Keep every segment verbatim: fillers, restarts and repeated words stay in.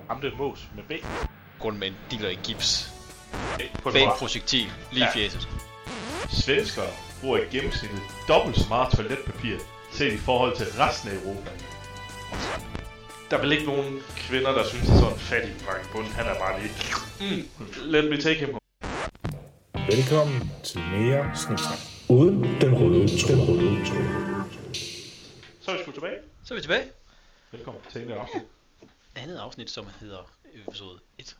Ramte mås med B. Grund med en dealer i gips. På Bag projektil, lige i fjeset. Svenskere bruger i gennemsnittet dobbelt så meget toiletpapir set i forhold til resten af Europa. Der er vel ikke nogen kvinder, der synes, at sådan en fattig vagabond, han er bare lige... Mm, let me take him. Velkommen til mere Sniksnak. Uden den røde tråd. Så er vi sgu tilbage. Så er vi tilbage. Velkommen til det afsnit. Andet afsnit, som hedder episode et.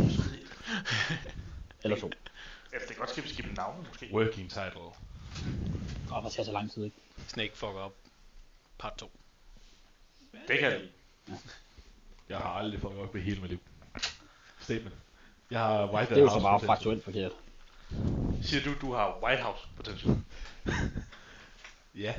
Eller to. Ja, det kan godt ske, vi skifter navnet måske. Working title. Åh, det tager så lang tid, ikke? Snake fucker op. Part to. Det kan jeg. Jeg har aldrig fået op i hele mit liv. Statement. Jeg har White Det er jo så House bare potential. faktuelt forkert. Siger du, du har White House potential? Ja.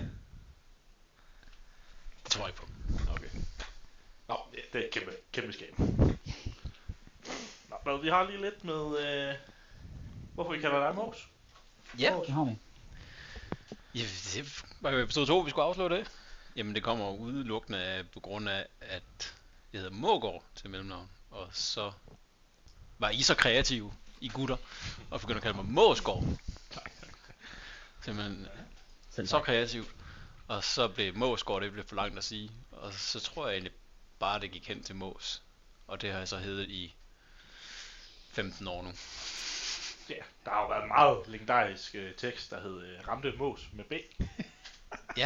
Det tror jeg på. Okay. Nå, det er et kæmpe, kæmpe skab. Nå, men vi har lige lidt med, øh, hvorfor vi kalder dig Mås. Ja. Det har vi. Ja, det var jo episode to, vi skulle afslå det. Jamen det kommer udelukkende af, på grund af, at jeg hedder Mågård til mellemnavn. Og så var I så kreative, I gutter, og begyndte at kalde mig Måsgård. Simpelthen Selv så kreativt. Og så blev Måsgård, det blev for langt at sige. Og så tror jeg egentlig bare, det gik hen til Mås. Og det har jeg så heddet i femten år nu. Ja, der har jo været en meget legendarisk øh, tekst, der hed øh, Ramte Mås med B. Ja.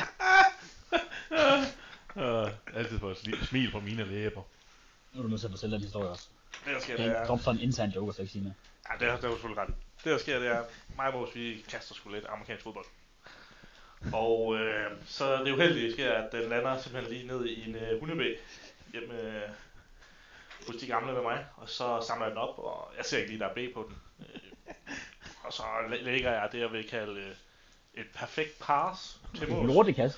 Uh, altid for et sli- smil på mine læber. Nu er du nødt til at fortælle den historie også. Det der sker, Det det er er... drop sådan en intern joke, og så ikke sige mere. Ja, det er, det er jo selvfølgelig ret. Det der sker, det er, mig og Mås, vi kaster sgu lidt amerikansk fodbold. Og øh, så det uheldige sker, at den lander simpelthen lige ned i en øh, hundebæ hjemme øh, hos de gamle med mig. Og så samler jeg den op, og jeg ser ikke lige, der er B på den. Øh, og så læ- lægger jeg det, jeg vil kalde øh, et perfekt pass til Mås. Lortekast.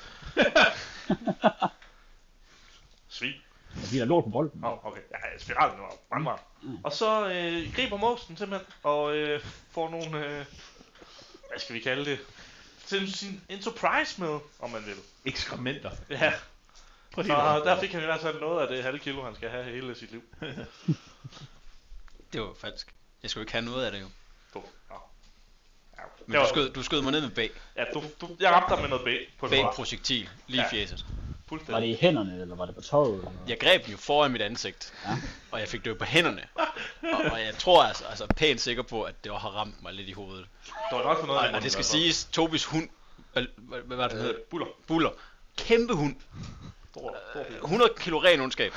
Svin. Jeg bliver lort på bolden. Åh, oh, okay. Ja, spiralen var brandvarm. Mm. Og så øh, griber Måsen simpelthen, og øh, får nogle, øh, hvad skal vi kalde det, til sin, en surprise med, om man vil. Ekskrementer. Ja, Prøv så der fik han i hvert fald noget af det halve kilo, han skal have hele sit liv. Det var jo falsk. Jeg skulle ikke have noget af det jo. Du, ja. Ja, Men det var, du skød, du skød mig ned med bag. ja, du, du, jeg ramte dig med noget B på Bag den projektil, lige i Ja. fjeset. Var det fuldstændig. i hænderne, eller var det på tøjet? Eller? Jeg greb den jo foran mit ansigt, Ja. og jeg fik det jo på hænderne. Og, og jeg tror altså, altså pænt sikker på, at det har ramt mig lidt i hovedet. Det var nok for noget, Og, jeg og det skal måtte siges, Tobis hund, hvad, hvad, hvad var det, den hed? Øh, buller. Buller. Kæmpe hund. Stor, stor bil. hundrede kilo ren ondskab.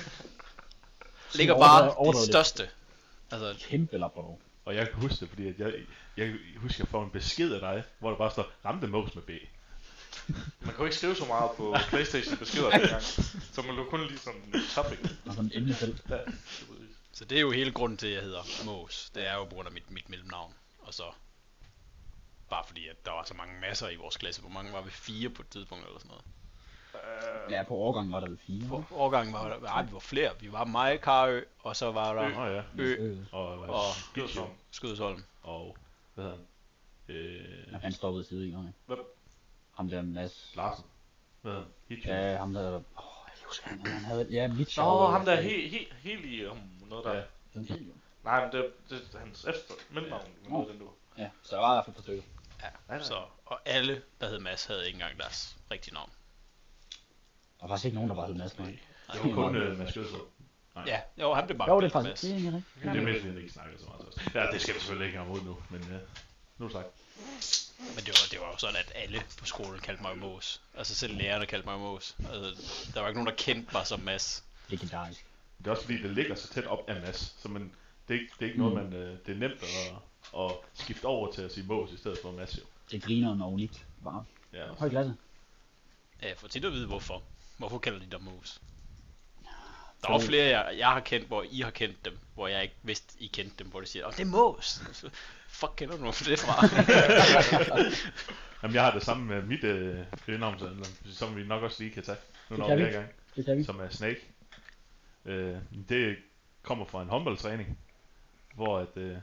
Ligger Overdrevet- bare overdrevet det det. største. Altså, Kæmpe labrador. Og jeg kan huske det, fordi at jeg, jeg husker, jeg får en besked af dig, hvor der bare står, ramte Mås med B. Man kunne ikke skrive så meget på PlayStation beskeder dengang, så man lå kun lige sådan en topic. Og sådan en emnefelt. Ja, det er præcis. så det er jo hele grunden til, at jeg hedder Mås. Det er jo på grund af mit, mit mellemnavn. Og så bare fordi, at der var så mange masser i vores klasse. Hvor mange var vi? Fire på et tidspunkt eller sådan noget. Øh, Ja, på årgangen var der vel fire. På årgangen var der, nej, vi var flere. Vi var mig, Karø, og så var der Nå ja. Ø Øh, Og, og Skødsholm. Skødsholm. og hvad hedder han? Øh, ja, han stoppede side i gang, ikke? Hvem? Ham der Mads. Larsen. Hvad hedder han? Hitcho. Ja, ham der... Åh, jeg husker han, han havde... Ja, Mitchell. Nå, ham der helt he, helt i um, noget der. Ja. Ja. Nej, men det, det er hans efter mellemnavn, Ja. noget den du. Ja, så jeg var i hvert fald på stykker. Ja, så, og alle, der hed Mads, havde ikke engang deres rigtige navn. Der var faktisk ikke nogen, der bare hed Mads. Nej. Det var kun øh, Mads Skødsel. Nej. Ja, jo, han blev bare Jo, det er kaldt faktisk... Det er egentlig rigtigt. Det er mest, vi ikke snakker så meget. Så. Ja, det skal vi selvfølgelig ikke have imod nu, men ja. Nu er det sagt. Men det var, det var jo sådan, at alle på skolen kaldte mig Mås. Altså selv lærerne kaldte mig Mås. Altså, der var ikke nogen, der kendte mig som Mads. Legendarisk. Det er også fordi, det ligger så tæt op af Mads, så man, det, er ikke, det er ikke noget, man, øh, det er nemt at, at skifte over til at sige Mås i stedet for Mads jo. Det griner og unikt. Bare Ja, høj klasse. Ja, jeg får tit at vide, hvorfor. Hvorfor kalder de dig Mås? Der er jo flere, jeg, jeg har kendt, hvor I har kendt dem, hvor jeg ikke vidste, I kendte dem, hvor de siger, åh, det er Mås. Så, fuck, kender du det fra? Jamen, jeg har det samme med mit øh, øgenavn, som vi nok også lige kan tage, nu når kan vi er vi. i gang, Det kan vi. som er Snake. Øh, det kommer fra en håndboldtræning, hvor at, øh,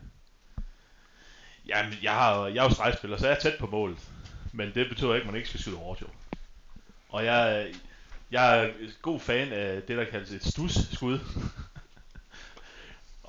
jamen, jeg, har, jeg er jo stregspiller, så jeg er tæt på målet, men det betyder ikke, at man ikke skal skyde hårdt jo. Og jeg, jeg er god fan af det, der kaldes et stusskud.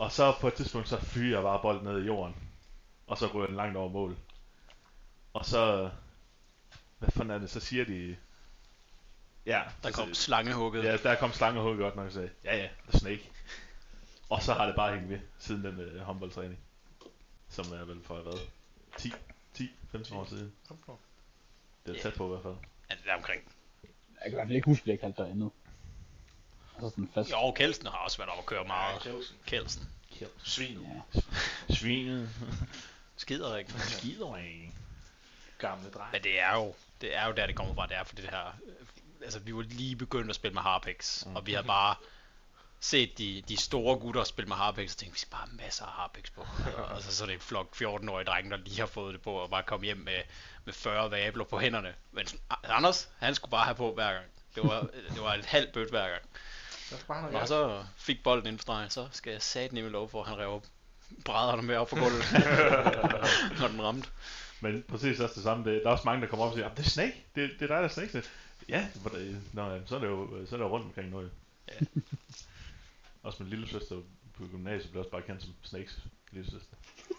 Og så på et tidspunkt, så fyrer jeg bare bolden ned i jorden. Og så ryger den langt over mål. Og så... Hvad fanden er det? Så siger de... Ja, Der så- kom slangehugget. Ja, der kom slangehugget godt nok og sagde, ja ja, the snake. Og så har det bare hængt ved, siden den øh, håndboldtræning. Som er vel for hvad? ti, ti, femten år siden. Kom på. Det er Ja. tæt på i hvert fald. Ja, det er omkring. Jeg kan i hvert fald ikke huske, at jeg kaldte dig andet. Altså sådan fast. Jo, Kelsen har også været op at køre meget. Kjeldsen. Kelsen. Svinet. Ja. Svinet. Skider ikke. Skider ikke. Gamle dreng. Men det er jo, det er jo der, det kommer fra. Det er for det her... øh, Altså, vi var lige begyndt at spille med Harpex. Mm. Og vi har bare set de, de store gutter spille med Harpex. Og tænkte, vi skal bare have masser af Harpex på. Og så, så er det en flok fjorten-årige drenge, der lige har fået det på. Og bare komme hjem med, med fyrre vabler på hænderne. Men Anders, han skulle bare have på hver gang. Det var, det var et halvt bødt hver gang. Der skal bare Og noget så fik bolden inden for stregen, så skal jeg sat nemme lov for, at han rev brædderne med op på gulvet, når den ramte. Men præcis også det samme. Det, der er også mange, der kommer op og siger, det er Snake. Det, det er dig, der er Snake. Ja, hvor det- nå, ja, så er det jo så er det jo rundt omkring noget. Ja. Også min lille søster på gymnasiet blev også bare kendt som Snakes lille søster.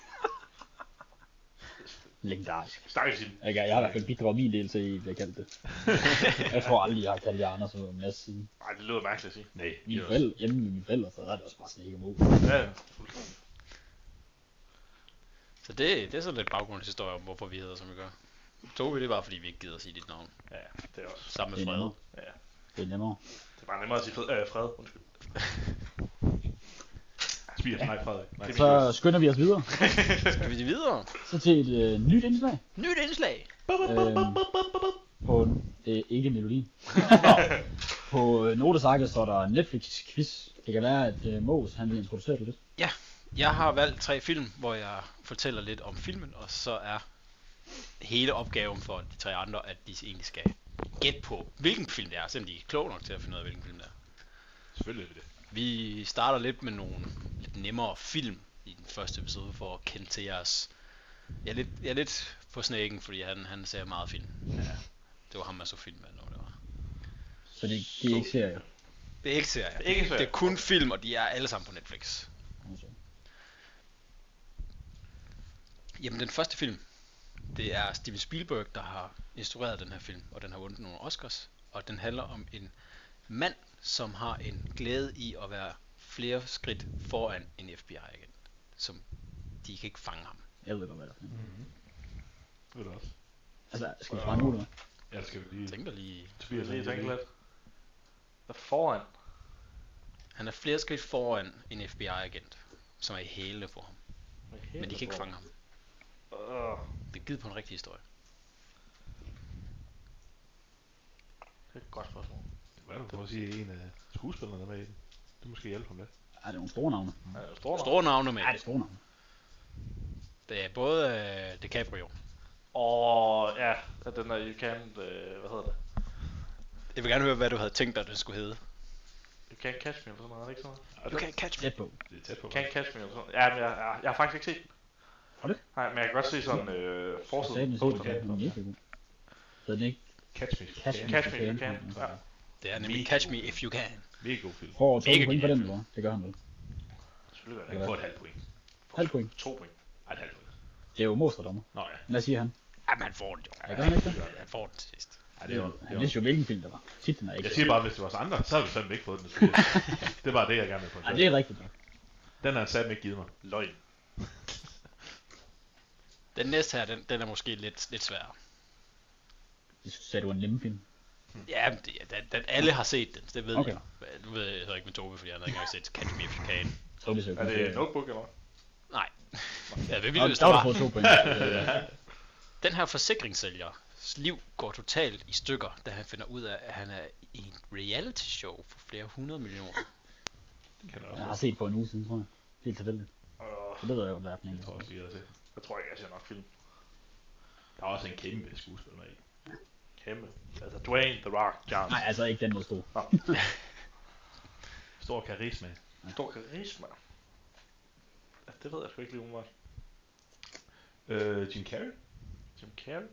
Legendarisk. Stakkels hende. Jeg, jeg har i hvert fald bidraget min del til, at I bliver kaldt det. Jeg tror aldrig, jeg har kaldt jer Anders og Mads siden. Nej, det lyder mærkeligt at sige. Nej, Mine forældre, hjemme med mine forældre, så er det også bare sådan ikke imod. Ja, ja. Fuldstændig. Så det, det er så lidt baggrundshistorie om, hvorfor vi hedder, som vi gør. Tobi, det er bare fordi, vi ikke gider at sige dit navn. Ja, det er også. Sammen Det med er Frede. nemmere. Ja. Det er nemmere. Det er bare nemmere at sige fred, øh, fred. Undskyld. Spiger ja. Nej, Frederik. Nej. Så skynder vi os videre. Skal vi videre? Så til et øh, nyt indslag Nyt indslag. øh, på øh, ikke melodien. På øh, Notesarket står der Netflix quiz. Det kan være, at øh, Mås han vil introducere det lidt. Jeg har valgt tre film, hvor jeg fortæller lidt om filmen, og så er hele opgaven for de tre andre, at de egentlig skal gætte på, hvilken film det er, selvom de er kloge nok til at finde ud af, hvilken film det er. Selvfølgelig er vi det. Vi starter lidt med nogle lidt nemmere film i den første episode for at kende til jeres... Jeg er lidt, jeg er lidt på snækken, fordi han, han ser meget film. Ja. Det var ham, jeg så film med, når det var. Så det, det er ikke serier. Det er ikke serier. Det er ikke serier. Det er kun film, og de er alle sammen på Netflix. Altså. Jamen, den første film, det er Steven Spielberg, der har instrueret den her film, og den har vundet nogle Oscars. Og den handler om en mand, som har en glæde i at være flere skridt foran en F B I-agent, som de kan ikke fange ham. Jeg ved godt, hvad der er. Mm-hmm. Det er det også. Altså, skal vi fra nu, eller? Ja, det skal vi lige... Jeg tænker lige, Skal vi lige tænke lidt? Der foran. han er flere skridt foran en F B I-agent, som er i hælene på ham, men de kan ikke fange ham. Uh, Det er givet på en rigtig historie. det er et godt spørgsmål. Hvad er det, for at sige, en af skuespillerne der er med i den? Det måske hjælpe ham lidt. Ja, det er nogle store navne. Ja, det er store navn. Store navne med. Ja, det er store navne. Det er både uh, DiCaprio. Og ja, at den der You Can't, øh, hvad hedder det? Jeg vil gerne høre, hvad du havde tænkt dig, den skulle hedde. You Can't Catch Me eller sådan noget, er det ikke sådan noget? Du kan catch me. Tæt på. Det er tæt på. Can't Catch Me eller sådan noget. Ja, men jeg, jeg, jeg har faktisk ikke set den. Har du? Nej, men jeg kan godt se sådan øh, Så forsiden. sagde den på sidste, den. den er virkelig god. Så er den ikke Catch Me. Catch Me. Catch Me, You Can. Ja. Det er nemlig Catch Me If You Can. Mega god film. Får to Mega point på genial. den, eller? Det gør han vel. Selvfølgelig Han er det. får et halvt point. Halv point. To point. Ej, et halvt point. Det er jo mosterdommer. Nå ja. Hvad siger han? Jamen, han får den jo. Ja, gør han ikke det? Han får den til sidst. Ej, det er jo... det er Han jo- vidste jo, hvilken film det var. Titlen er ikke. Jeg siger bare, hvis det var os andre, så har vi fandme ikke fået den. Det er bare det, jeg gerne vil Nej, på. det er rigtigt nok. Den har han satme ikke givet mig. Løgn. Den næste her, den, den er måske lidt, lidt sværere. Det sagde du var en nemme film. Ja, men det, den, den, alle har set den, det ved Okay. jeg. Nu ved jeg så ikke med Tobi, fordi han har ikke engang set Catch Me If You Can. Så det så Er det Notebook eller hvad? Nej. Ja, det Nå, ville, hvis der der har du var. fået to point. Den her forsikringssælgers liv går totalt i stykker, da han finder ud af, at han er i en reality show for flere hundrede millioner. Den kan jeg Jeg har også. set på en uge siden, tror jeg. Helt tilfældigt. Øh, Så det ved jeg jo, hvad den Jeg tror er. også, jeg har set. jeg tror ikke, jeg ser nok film. Der er også en kæmpe skuespiller med i. Kæmpe. Altså Dwayne The Rock Johnson. Nej, altså ikke den, der stod. Stor karisma. Stor karisma. Ja, det ved jeg sgu ikke lige umiddelbart. Øh, Jim Carrey? Jim Carrey?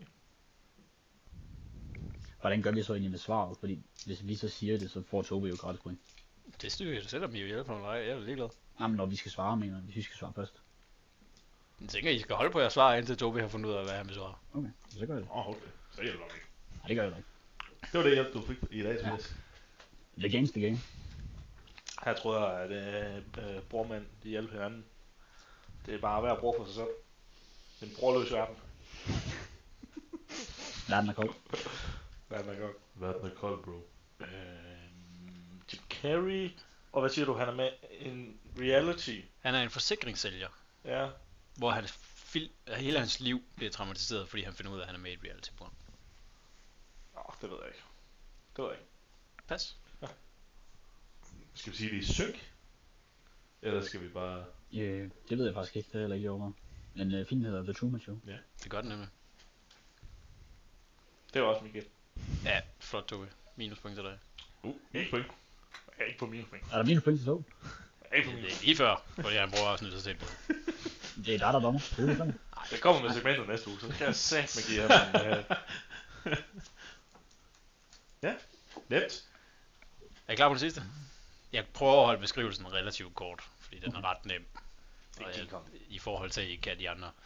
Hvordan gør vi så egentlig med svaret? Fordi hvis vi så siger det, så får Tobi jo gratis point. Det styrer det, selvom I vil hjælpe ham, jeg er ligeglad. Jamen, når vi skal svare, mener jeg, hvis vi skal svare først. Jeg tænker, I skal holde på at svare, indtil Tobi har fundet ud af, hvad han vil svare. Okay, så gør jeg det. Åh, oh, okay. Så hjælper det ikke. Nej, det gør jeg da ikke. Det var det hjælp, du fik i dag, Tobias. The game's the game. Her tror jeg, at øh, øh, brormænd, de hjælper hinanden. Det er bare hver bror for sig selv. Det er en brorløs verden. Verden er kold. Verden er godt. Verden er kold, bro. Øh, Jim Carrey. Og hvad siger du, han er med en reality? Han er en forsikringssælger, Ja. hvor han fil- hele hans liv bliver traumatiseret, fordi han finder ud af, at han er med i et reality-program. Åh, det ved jeg ikke. Det ved jeg ikke. Pas. Skal vi sige, det er synk? Eller skal vi bare... Øh, det ved jeg faktisk ikke, det er heller ikke over. Men øh, filmen hedder The Truman Show. Det gør den nemlig. Det var også mit gæt. Ja, flot Tobi. Minuspoint til dig. Uh, minus point. Jeg er ikke på minuspoint. Er der minus point til to? Jeg er ikke på Det minus. er lige før, fordi han bruger også nødt til at Det er dig, der dommer. Det er sådan. Det kommer med segmentet næste uge, så skal jeg sæt med give ham en... Ja, nemt. Er I klar på det sidste? Jeg prøver at holde beskrivelsen relativt kort, fordi den er ret nem. Det Og kan jeg, komme. i forhold til, at I kan de andre.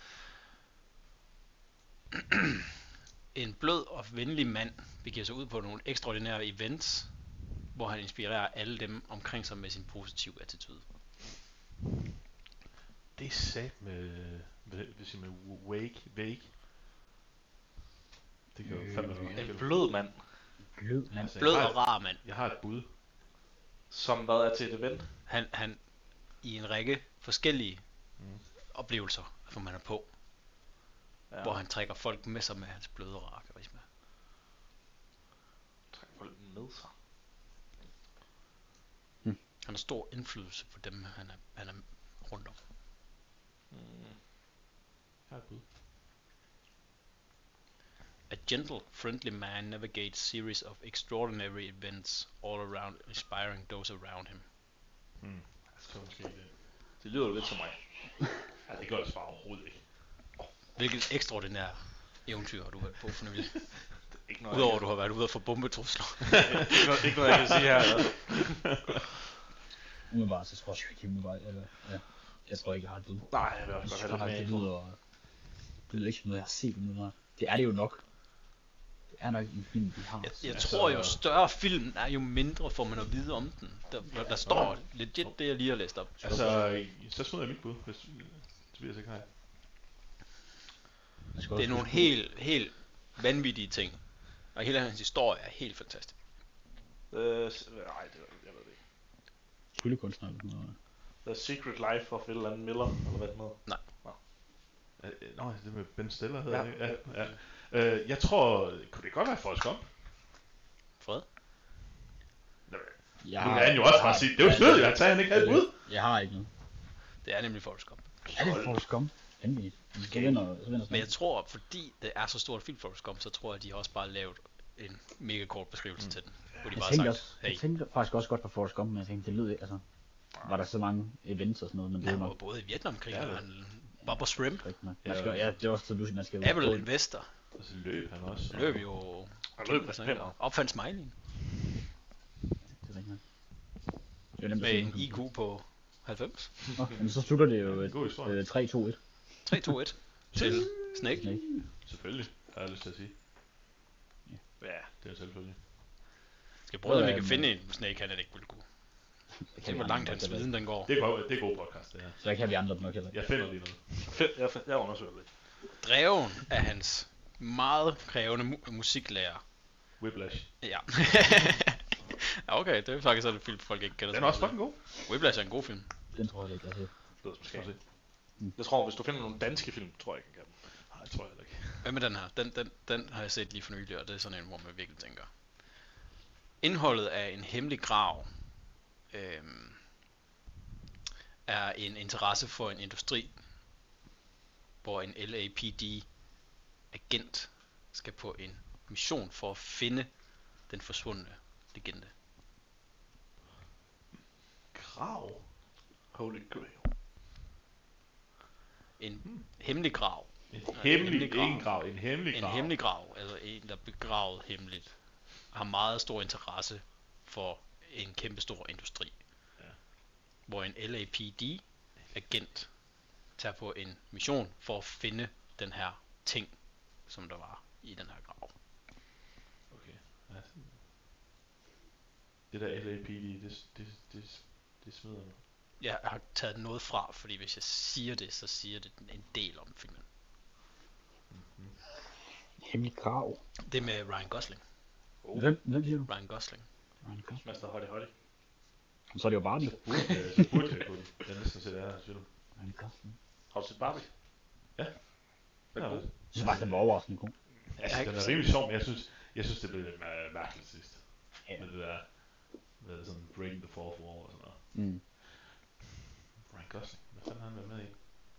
En blød og venlig mand begiver sig ud på nogle ekstraordinære events, hvor han inspirerer alle dem omkring sig med sin positive attitude. Det er sat med... Hvad vil sige med wake, wake? Det kan jo Øh, fandme være En blød mand, Blød mand. Altså, Blød jeg har og rar mand. et- Jeg har et bud. som hvad er til et event. Han, han i en række forskellige Mm. oplevelser, hvor man er på, Ja. hvor han trækker folk med sig med hans bløde og rare karisma. trækker folk med sig. Han har stor indflydelse på dem, han er, han er rundt om. Mm. Jeg har et bud. A gentle, friendly man navigates series of extraordinary events all around, inspiring those around him. Hmm. Jeg tror måske ikke det. Det lyder jo lidt som mig. Ja, det gør det bare overhovedet ikke. Hvilket ekstraordinær eventyr har du været på for nylig? Ikke noget, Udover at du har været ude og få bombetrusler. ikke, noget, ikke noget, jeg kan sige her. Altså. Umiddelbart, så tror jeg ikke umiddelbart. Eller, ja. Jeg tror ikke, jeg har et bud. Nej, jeg vil også Jeg godt have synes det faktisk, med. det lyder, det lyder ikke som noget, jeg har set umiddelbart. Det er det jo nok. Det er nok en film, vi har. Jeg, jeg Altså- tror jo, større film er jo mindre, får man at vide om den. Der, der står legit det, jeg lige har læst op. Altså, så smider jeg mit bud, hvis Tobias ikke har et. Man skal Det er også nogle huske på- helt, helt vanvittige ting. Og hele hans historie er helt fantastisk. Øh, s- nej, det, jeg ved det ikke. Tryllekunstner eller sådan noget. The Secret Life of et eller andet Miller, eller hvad det hedder. Øh, øh, Nå, det med Ben Stiller hedder Ja. det, ikke? Ja, ja. Øh, jeg tror, kunne det godt være Forrest Gump? Fred? Jeg Nu kan han jo også bare sige, det var sødt, at han sagde, han ikke havde et bud. Jeg har ikke noget. Det er nemlig Forrest Gump. Er det Forrest Gump? Vanvittigt. Så vinder, så vinder Men jeg tror, fordi det er så stort film Forrest Gump, så tror jeg, at de har også bare lavet en mega kort beskrivelse mm. til den. Hvor de Jeg bare tænkte, har også, sagt, hey, jeg tænkte faktisk også godt på Forrest Gump, men jeg tænkte, det lød ikke, altså, var der så mange events og sådan noget, men det er han jo var nok både i Vietnamkrigen Ja, og det- han Bubba Shrimp. rigtigt nok. Man skal, ja, det er også så pludselig, man skal ud Apple på- Investor Og så løb han også. løb jo Han løb altså, pænt meget. opfandt smileyen Det er rigtigt nok. Det er nemt at med se, en man I kan- Q på halvfems. Nå, men så slutter det jo En god historie. øh, tre to et. tre to et til Snake. Snake. Selvfølgelig, har jeg lyst til at sige. Ja. Det er selvfølgelig. Skal jeg prøve, om vi Ja, kan men- finde en Snake, han er ikke ville kunne. Det Se, hvor langt hans viden den går. Det er god, det er god podcast, det her. Så kan vi andre nok heller ikke. Jeg finder lige noget. Fedt, jeg, jeg undersøger lidt. Dreven af hans meget krævende mu- musiklærer. Whiplash. Ja. Ja, okay, det er faktisk sådan en film, folk ikke kender. Den så er også meget fucking god. til. Whiplash er en god film. Den tror jeg ikke, jeg har set. Det lyder som Skal vi skab. se. Jeg tror, hvis du finder nogle danske film, tror jeg ikke, jeg kan. Nej, det tror jeg heller ikke. Hvad med den her? Den, den, den har jeg set lige for nylig, og det er sådan en, hvor man virkelig tænker. Indholdet af en hemmelig grav øhm, er en interesse for en industri, hvor en L A P D agent skal på en mission for at finde den forsvundne legende. Grav. Holy grail. En hmm. hemmelig grav. En en hemmelig, hemmelig ikke grav. en grav, en hemmelig En grav. hemmelig grav, altså en, der er begravet hemmeligt, har meget stor interesse for en kæmpe stor industri. Ja. Hvor en L A P D agent tager på en mission for at finde den her ting, som der var i den her grav. Okay. Ja. Det der L A P D, det, det, det, det smider mig. Jeg har taget noget fra, fordi hvis jeg siger det, så siger det en del om filmen. Mm-hmm. Hemmelig grav. Det er med Ryan Gosling. Oh. Hvem, hvem siger du? Ryan Gosling. Ryan Gosling. Master Hottie Hottie. Så er det jo Barbie. Så burde, øh, så burde jeg kunne. Jeg har næsten set det her film. Ryan Gosling. Har du set Barbie? Ja. Den er god. Jeg synes faktisk, den var overraskende god. Altså, Jeg den har er ikke rimelig sjov, men jeg synes, jeg synes det blev lidt mær- mærkeligt sidst. Ja. Med det der, med det sådan breaking the fourth wall og sådan noget. Mm. Ryan Gosling, hvad fanden har han været med i?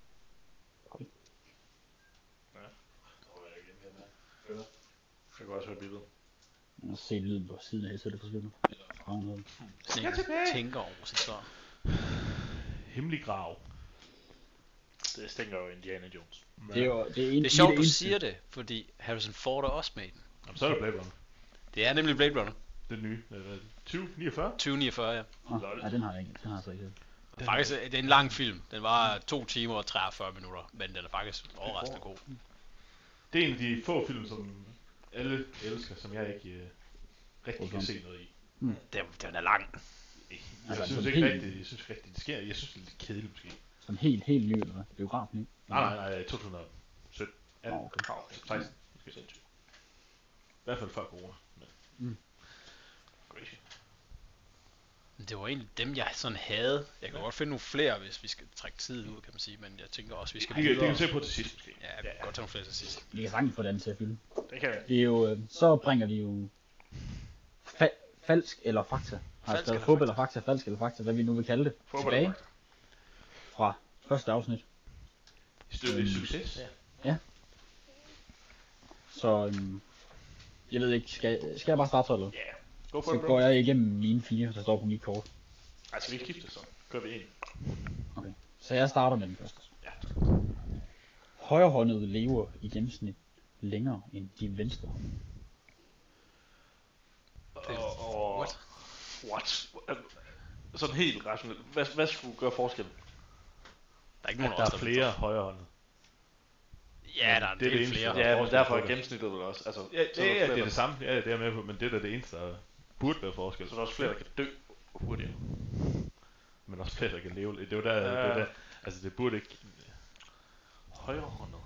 Jeg kan også høre billedet. Jeg har set lyden på siden af headsetet forsvinder. Eller fra noget. Jeg tænker over sit svar. Hemmelig grav. Det stinker jo Indiana Jones. Det er jo det er, en, Det er sjovt, det du eneste- siger det, fordi Harrison Ford er også med i den. Jamen, så er det Blade Runner. Det er nemlig Blade Runner. Den nye. Øh, tyve niogfyrre. tyve niogfyrre, ja. Ah, ja, den har jeg ikke. Den har jeg så ikke set. Den Faktisk, øh, det er en lang film. Den var to timer og treogfyrre minutter, men den er faktisk overraskende god. Det er en af de få film, som alle elsker, som jeg ikke øh, rigtig kan se noget i. Den, den er lang. Jeg Altså, synes sådan ikke helt- rigtigt, jeg synes ikke rigtigt, det sker. Jeg synes det er lidt kedeligt måske. Sådan helt, helt ny, eller hvad? Biografen, ikke? Nej, nej, nej, to tusind og sytten. atten, Ah, okay. seksten. Måske. I hvert fald før corona. Men. Mm. Crazy. Men det var egentlig dem, jeg sådan havde. Jeg kan godt finde nogle flere, hvis vi skal trække tid ud, kan man sige. Men jeg tænker også, vi skal Det kan, det kan videre. vi se på til sidst måske. Ja, jeg kan godt tage nogle flere til sidst. Vi kan sagtens få den til at fylde. Det kan vi. Det er jo, øh, så bringer vi jo fa- falsk eller fakta. Har jeg Falsk skrevet eller fup eller fakta, falsk eller fakta, hvad vi nu vil kalde det. Fodbold Tilbage eller fakta? fra første afsnit. Støtte Øhm, succes. ja. Så øhm, jeg ved ikke, skal, skal jeg bare starte så eller? Ja. Go for Så it, bro. går jeg igennem mine fire, der står på mit kort. Ej, skal vi ikke skifte så? Gør vi en. Okay. Så jeg starter med den første. Ja. Højrehåndede lever i gennemsnit længere end de venstre. Og, og, What? What? Sådan helt rationelt. Hvad, hvad skulle gøre forskellen? Der er ikke At nogen der af er os, flere højrehåndede. Ja, der er en Det er det del eneste, flere. der er Ja, men forskel derfor på er det. gennemsnittet vel også. Altså, Ja, så er det, der er, flere, det er der- det samme. Ja, det er jeg med på, men det er da det eneste, der burde være forskel. Så er der også flere, der kan dø hurtigere. Men også flere, der kan leve. Det er jo der, det er Ja. der altså det burde ikke... Højrehåndet.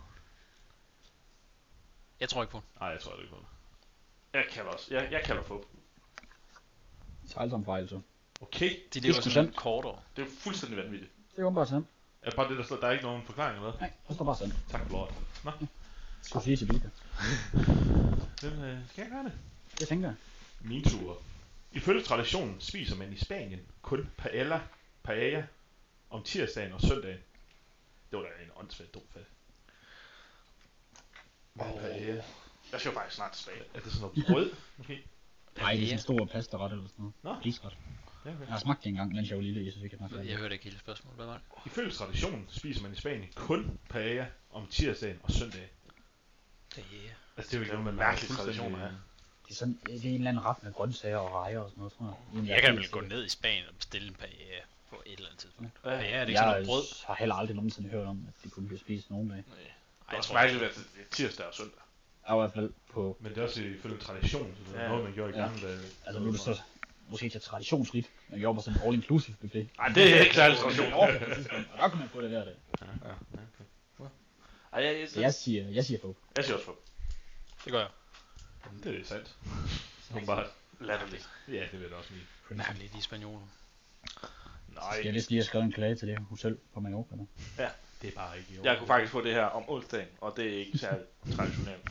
Jeg tror ikke på den. Nej, jeg tror ikke på det. Jeg kalder også. Jeg, jeg kalder fup. Sejlsom fejl så. Okay. De lever sgu sådan sandt. kortere. Det er fuldstændig vanvittigt. Det er jo bare sandt. Er bare det, der står, der er ikke nogen forklaring eller hvad? Nej, det står bare sandt. Tak for lort. Nå, Det skulle sige til Bilka. hvem øh, skal jeg gøre det? Det tænker jeg. Min tur. Ifølge traditionen spiser man i Spanien kun paella, paella om tirsdagen og søndagen. Det var da en åndssvagt dum fat. Hvad er paella? Jeg skal jo faktisk snart tilbage. Er det sådan noget brød, måske? Nej, det er sådan en stor pastaret eller sådan noget. Nå. Plisret. Ja, okay. Jeg har smagt det engang, mens jeg var lille, så fik jeg smagt Jeg det. hørte ikke hele spørgsmålet. Hvad var det? Ifølge traditionen spiser man i Spanien kun paella om tirsdagen og søndagen. Ja. Altså det er jo ikke Det er noget, man mærkelig fuldstændig- tradition at have. Det er sådan, det er en eller anden ret med grøntsager og rejer og sådan noget, tror jeg. Jeg kan vel gå ned i Spanien og bestille en paella på et eller andet tidspunkt. Ja. Paella, er det ikke sådan noget brød? Jeg har heller aldrig nogensinde hørt om, at det kunne blive spist nogen dag. Det Ej, er jeg også tror mærkeligt, at det er tirsdag og søndag. Jeg var i hvert fald på, Men det er også ifølge tradition, så det er Ja. noget, man gjorde i Ja. gamle dage. altså nu er det så måske ikke så traditionsrigt, men jeg gjorde på sådan en all-inclusive buffet. Nej, det er ikke særlig tradition. Åh, der kunne man få det hver dag. Ja, ja, okay. Ej, jeg, jeg, Så jeg siger, jeg siger fup. jeg siger også fup. Det gør jeg. Jamen, det er sandt. Åbenbart. Latterligt. Ja, det vil jeg da også lige. Mærkeligt, de spanioler. Nej, Skal jeg vist lige have skrevet en klage til det hotel på Mallorca nu? Det er bare ikke i jeg kunne faktisk få det her om onsdagen, og det er ikke særlig traditionelt.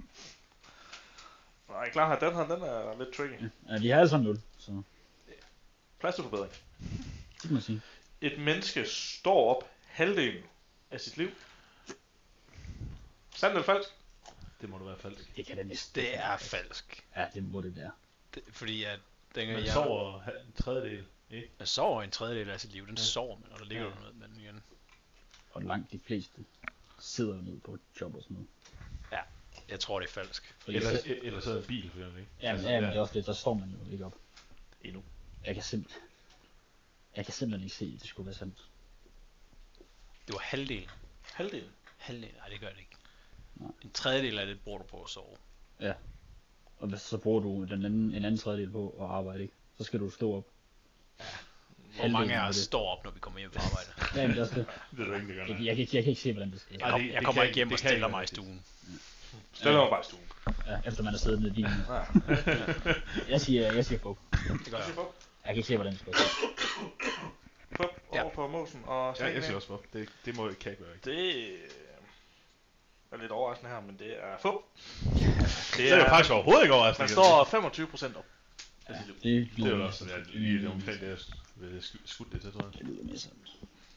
Nej, klar her, den her, den er lidt tricky. Ja, de har alle sammen nul, så Plads til forbedring. det kan man sige. Et menneske står op halvdelen af sit liv. Sandt eller falsk? Det må du være falsk. Det kan det næsten. Det er falsk. Ja, det må det være. Det, fordi at dengang Man jeg, sover ha- en tredjedel. Ikke? jeg sover en tredjedel af sit liv, den Ja. sover man, og der ligger Ja. du ned med den igen. Og langt de fleste sidder jo ned på et job og sådan noget. Jeg tror, det er falsk. Fordi Eller, så, eller så er en bil, for eksempel, ikke? ja, men, ja, men det er også det, der står man jo ikke op. Endnu. Jeg kan simpelthen... Jeg kan simpelthen ikke se, at det skulle være sandt. Det var halvdelen. Halvdelen. Halvdelen? Nej, det gør det ikke. Nej. En tredjedel af det bruger du på at sove. Ja. Og hvis så bruger du den anden, en anden tredjedel på at arbejde, ikke? Så skal du stå op. Hvor mange af af os det. står op, når vi kommer hjem fra arbejde? Ja, men det er også det. Det er der ingen, der gør. Jeg, nej. jeg, kan ikke, jeg kan ikke se, hvordan det sker. Jeg, Ej, kom, det- jeg det kommer kan ikke hjem ikke- og det kan stiller ikke mig i være stuen. Stiller mig bare i stuen. Ja, efter man er siddet nede i bilen. Ja. Jeg siger, jeg siger fuck. Det gør jeg. Jeg kan ikke se, hvordan det skal ske. Fup Ja. over på Mosen og Ja, Sling. jeg siger også fup. Det, det må ikke kan ikke være rigtigt. Det øh, er lidt overraskende her, men det er fup. Det er jo faktisk overhovedet ikke overraskende. Man står femogtyve procent op. Ja, det Det er lyder jo mere også sådan. ja, lige det omkring det, jeg vil skudt det til, tror jeg. Det lyder mere sådan.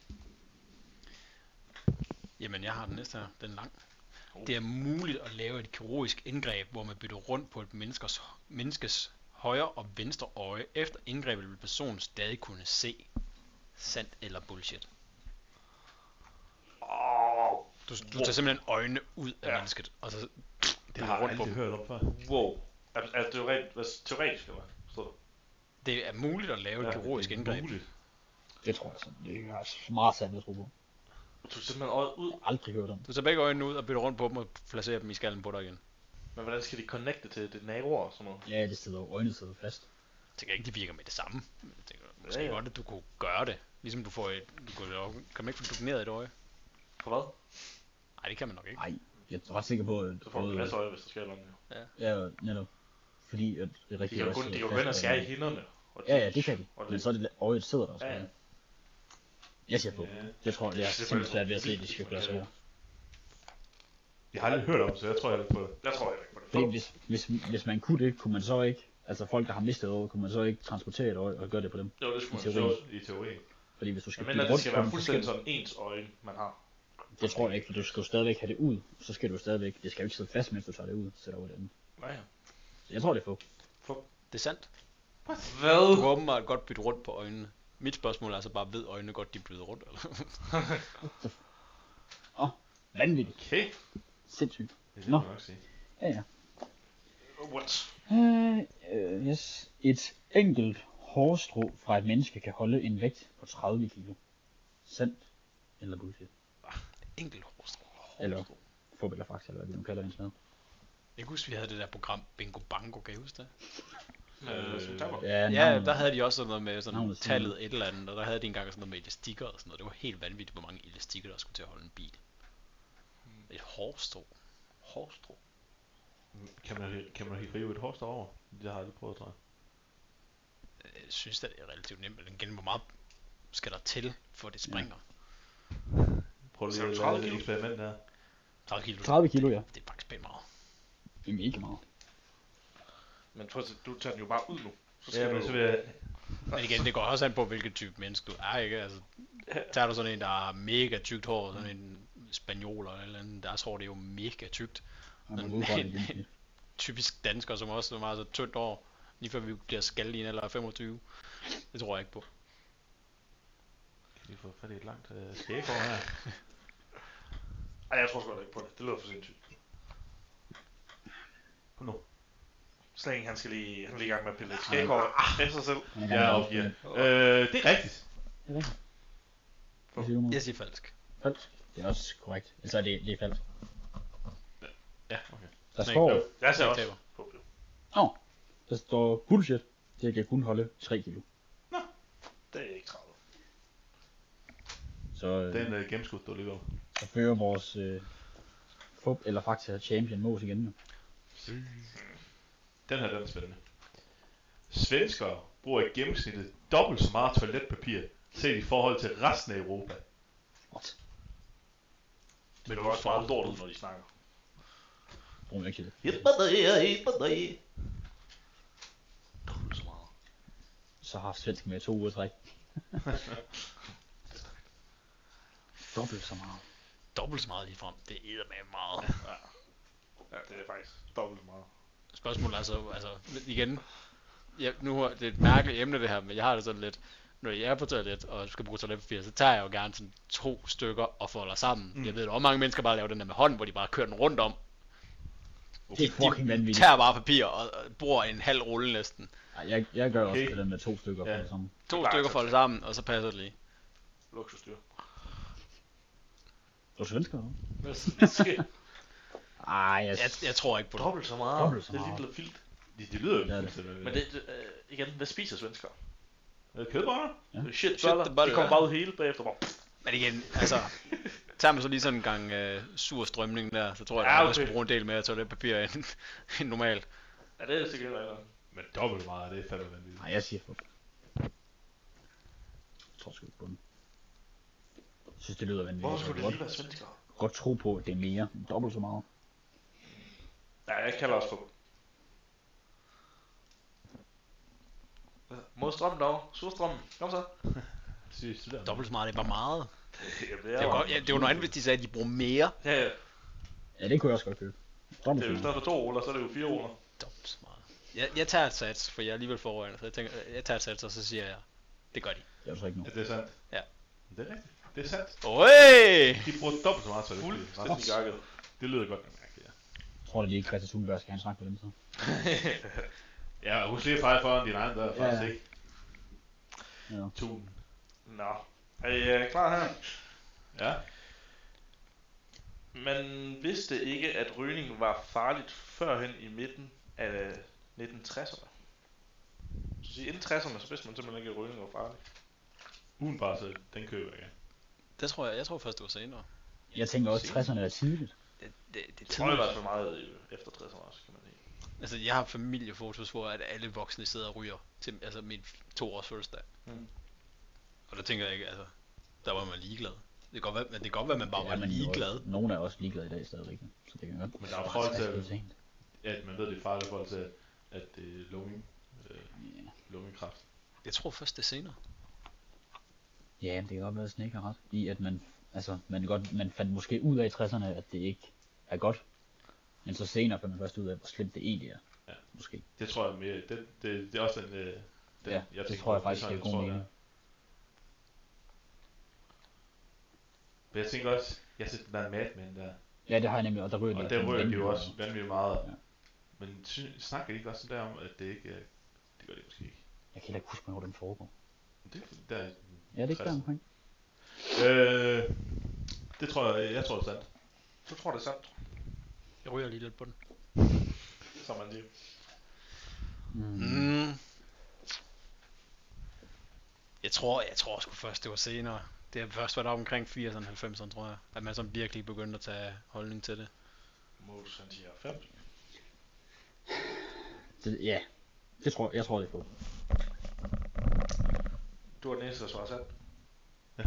Jamen, jeg har den næste her. Den er lang. Oh. Det er muligt at lave et kirurgisk indgreb, hvor man bytter rundt på et menneskers, menneskes højre og venstre øje. Efter indgrebet vil personen stadig kunne se. Sandt eller bullshit. Åh, Du, du tager simpelthen øjnene ud af Ja. mennesket, og så Det bytter har jeg rundt på aldrig dem. hørt om før. wow. Er, er det rent hvad, teoretisk, eller hvad? Forstår du? Det er muligt at lave et kirurgisk det er indgreb. muligt. Det tror jeg sådan. Det er altså meget sandt, jeg tror på. Du tager simpelthen øjet ud. Jeg har aldrig hørt om det. Du tager begge øjnene ud og bytter rundt på dem og placerer dem i skallen på dig igen. Men hvordan skal de connecte til det nerver og sådan noget? Ja, det sidder jo, øjnene sidder fast. Jeg tænker ikke, de virker med det samme. Men jeg tænker måske Ja, ja, ja. godt, at du kunne gøre det. Ligesom du får et... Du kunne, jo- kan man ikke få domineret et øje? For hvad? Nej, det kan man nok ikke. Nej, jeg er ret sikker på, at... Så får du en masse øje, hvis der sker noget. Ja, netop. Fordi at det De rigtig kan jo kun, de kan jo vende og skære i hinderne. Og Ja, ja, det kan de. og Men så er det øjet sidder der også. Ja, ja. Jeg siger på. Ja. Jeg tror, det er simpelthen svært ved at se, at de skal gøre sig her. Jeg har aldrig hørt om det, så jeg tror jeg ikke på det. Jeg tror heller ikke på det. Fordi hvis, hvis, hvis man kunne det, kunne man så ikke... Altså folk, der har mistet øjet, kunne man så ikke transportere et øje og gøre det på dem? Jo, det skulle I man teorien. så. I teorien. Fordi hvis du skal Men bytte det rundt skal på være dem, så fuldstændig skal, sådan ens øje, man har. det tror jeg ikke, for du skal jo stadigvæk have det ud. Så skal du stadigvæk... Det skal jo ikke sidde fast, mens du tager det ud, sætter over det andet. Nej, ja. Så jeg tror, det er fup. Det er sandt. Du Hvad? kan åbenbart godt bytte rundt på øjnene. Mit spørgsmål er altså bare, ved øjnene godt, de bytter rundt? Eller? Åh, vanvittigt. Okay. Sindssygt. Det Nå. må jeg nok sige. Ja, ja. What? Uh, uh, yes. Et enkelt hårstrå fra et menneske kan holde en vægt på tredive kilo. Sandt eller bullshit? Enkelt hårstrå. Eller fup eller fakta, eller hvad vi nu kalder det med. Jeg kan huske, vi havde det der program Bingo Bango, kan I huske det? Øh, som taber. Ja, Ja, navnet. der havde de også sådan noget med sådan Navnet siger tallet et eller andet, og der havde de engang sådan noget med elastikker og sådan noget. Det var helt vanvittigt, hvor mange elastikker, der skulle til at holde en bil. Et hårstrå. Hårstrå. Kan man, kan man rive et hårstrå over? Det har jeg aldrig prøvet, tror jeg. Jeg synes, at det er relativt nemt, men igen, hvor meget skal der til, for det springer? Prøv Så lige er at det lave tredive et kilo? eksperiment der. tredive kilo. tredive kilo, ja. Det er faktisk pænt meget. Det er mega meget. Men prøv at se, du tager den jo bare ud nu. Så skal Ja, du men så vil jeg... Men igen, det går også an på, hvilken type menneske du er, ikke? Altså, tager du sådan en, der har mega tykt hår, sådan en spanioler eller et eller andet, deres hår det er jo mega tykt. Man Sådan må gå fra det en- igen. Typisk dansker, som også har så tyndt hår, lige før vi bliver skaldet i en alder af femogtyve. Det tror jeg ikke på. Kan vi få fat i et langt øh, skæghår her? Ej, jeg tror sgu da ikke på det. Det lyder for sindssygt. Kom nu. Sling, han skal lige, han er lige i gang med at pille et skæghår af sig selv. Han er i gang Jeg med at opgiver. opgive. Øh, det er rigtigt. Det er rigtigt. Hvad siger du, Morten? Jeg siger falsk. Falsk. Det er også korrekt. Altså, det, det er falsk. Ja, okay. Der Nej, står... jo. Jeg ser Jeg også taber. på det. Åh, der står bullshit. Det kan kun holde tre kilo. Det er ikke tredive. Så, øh, Den øh, gennemskud, du lige over. så fører vores øh, fup eller fakta champion Mås igen jo. Den her, den er spændende. Svenskere bruger i gennemsnittet dobbelt så meget toiletpapir set i forhold til resten af Europa. What? Men det er også meget lort ud, når de snakker. Bruger ikke det. Dobbelt så meget. Så har svensk med to uger træk. Dobbelt så meget. Dobbelt så meget lige frem. Det er med meget. Ja, det er faktisk dobbelt så meget. Spørgsmålet er så, altså, igen, ja, nu er det et mærkeligt emne det her, men jeg har det sådan lidt, når jeg er på toilet og skal bruge toiletpapir, så tager jeg jo gerne sådan to stykker og folder sammen. Mm. Jeg ved, at mange mennesker bare laver den der med hånden, hvor de bare kører den rundt om. Det er fucking De vanvittigt. tager bare papir og, og bruger en halv rulle næsten. Ej, jeg, jeg gør også Okay. det med to stykker Ja. på det samme. To Klart, stykker så- for det sammen, og så passer det lige. Luksusdyr. Du er svensker, eller? Hvad sker? Ej, jeg... Jeg, jeg tror ikke på det. Dobbelt så meget. Dobbelt så Det er meget. lidt vildt. Det, det lyder jo Ja, det- fuldstændig Men det, det øh, igen, hvad spiser svenskere? Øh, kødboller? Ja. Shit, Shit, boller. the boller, De kommer ja. bare ud hele bagefter. Bare. Men igen, altså, tager man så lige sådan en gang øh, sur strømning der, så tror jeg, Ja, at jeg okay. skulle bruge en del mere toiletpapir end, end normalt. Ja, det er sikkert rigtigt. Men dobbelt meget, det er fandme vanvittigt. Nej, jeg siger for. Jeg tror sgu ikke på den. Jeg synes, det lyder vanvittigt. Hvorfor Jeg skulle det kan lige godt, være svenskere? godt tro på, at det er mere. Dobbelt så meget. Ja, jeg kalder også på. Mod strømmen derovre. Surstrømmen. Kom så. Synes du der? Dobbelt så meget, det er bare meget. Jamen, det Det er jo, godt, ja, det er jo noget andet, hvis de sagde, at de bruger mere. Ja, ja. Ja, det kunne jeg også godt købe. Dobbelt Det er jo i så stedet meget. for to ruller, så er det jo fire ruller. Dobbelt så meget. Jeg, jeg tager et sats, for jeg er alligevel foran, så jeg tænker, jeg tager et sats, og så siger jeg, det gør de. Det er altså ikke nu. Ja, det er sandt. Ja. Det er rigtigt. Det er sandt. Øj! De bruger dobbelt så meget toilet. Fuldstændig gakket. Det lyder godt nok mærkeligt, ja. Jeg tror da lige, Christa Thunberg skal have en snak på den side. Ja, husk lige at fejre foran din egen dør, Ja, faktisk ja. ikke. Ja. Tunen. Nå. Er I uh, klar her? Ja. Man vidste ikke, at rygning var farligt førhen i midten af nitten tresserne. Så sige, inden tresserne, så vidste man simpelthen ikke, at rygning var farligt. Ugen bare så, den køber jeg. Det tror jeg, jeg tror først, det var senere. Jeg tænker også, at tresserne er tidligt. Det, det, det er Jeg tror, det tidligt. var så meget øh, efter tresserne også, kan man sige. Altså, jeg har familiefotos, hvor at alle voksne sidder og ryger til altså, min to års fødselsdag. Mm. Og der tænker jeg ikke, altså, der var man ligeglad. Det kan godt være, men det kan godt være, at man bare Det var er man jo ligeglad. også. Nogen er også ligeglade i dag stadigvæk. Så det kan godt. Men der er jo Bare folk tres til- lidt sent. At man ved, det er farligt i forhold til, at det er lunge, øh, Ja. lungekræft. Jeg tror først, det er senere. Ja, men det kan godt være, at Snake har ret i, at man, altså, man, godt, man fandt måske ud af i tresserne, at det ikke er godt. Men så senere fandt man først ud af, hvor slemt det egentlig er. Ja. Måske. Det tror jeg mere, det, det, det er også den, øh, den Ja, det tænker tror jeg på. faktisk sådan, giver god tror, mening. det er. Men jeg tænker også, jeg har set den der Mad Men der, Ja, det har jeg nemlig, og der ryger og det. der rører de vanvittigt jo meget. også vanvittigt meget. Ja. Men sy- snakker de ikke også sådan der om, at det ikke, øh, det gør de måske ikke. Jeg kan heller ikke huske, hvornår den foregår. Det, der, er Ja, det er ikke der omkring. Øh, det tror jeg, jeg tror det er sandt. Du tror, det er sandt, Jeg ryger lige lidt på den. som man siger. Mm. Mm. Jeg tror, jeg tror sgu først, det var senere. Det har først været op omkring firserne og halvfemserne, tror jeg. At man så virkelig begyndte at tage holdning til det. Mås, han siger fem. Det, ja, det tror jeg, jeg tror det er på. Du er den eneste, der svarer sandt. Ja.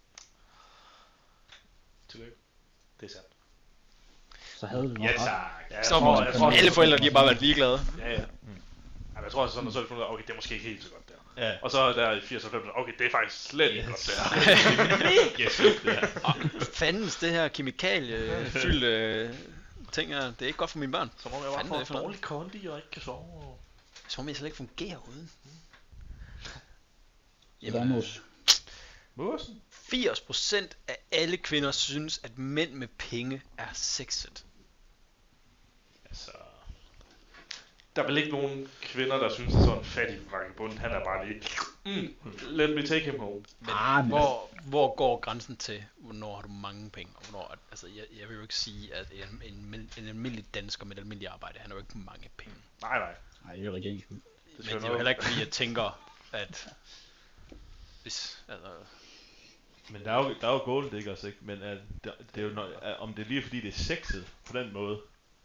Tillykke. Det er sandt. Så havde du nok Ja ret. tak. Ja, jeg Så tror, må jeg tror, alle forældre, de har bare været ligeglade. Ja, ja. Jamen, jeg tror også sådan, at så er det fundet ud af, okay, det er måske ikke helt så godt der. Ja. Og så der i firs og halvfems, okay, det er faktisk slet ikke Yes. godt der. Yes, det er. Fandens, det her kemikaliefyldte øh, ting her, det er ikke godt for mine børn. Som om jeg Fanden er bare det for får noget? dårlig kondi og ikke kan sove. Som om jeg slet ikke fungerer uden. Så der er mos. Måsen? firs procent af alle kvinder synes, at mænd med penge er sexet. Altså, Der er vel ikke nogen kvinder, der synes, at sådan en fattig vagabond, han er bare lige, mm, let me take him home. Men Ah, men hvor, hvor går grænsen til, hvornår har du mange penge? Og hvornår, er- altså, jeg, jeg vil jo ikke sige, at en, en, en almindelig dansker med et almindeligt arbejde, han har jo ikke mange penge. Nej, nej. Nej, det er jo regeringens skyld. Det Men skal det er jo noget. heller ikke, fordi jeg tænker, at hvis, altså, men der er jo, der er jo gold diggers, ikke? Men at, der, det er jo noget, at, om det er lige fordi det er sexet på den måde.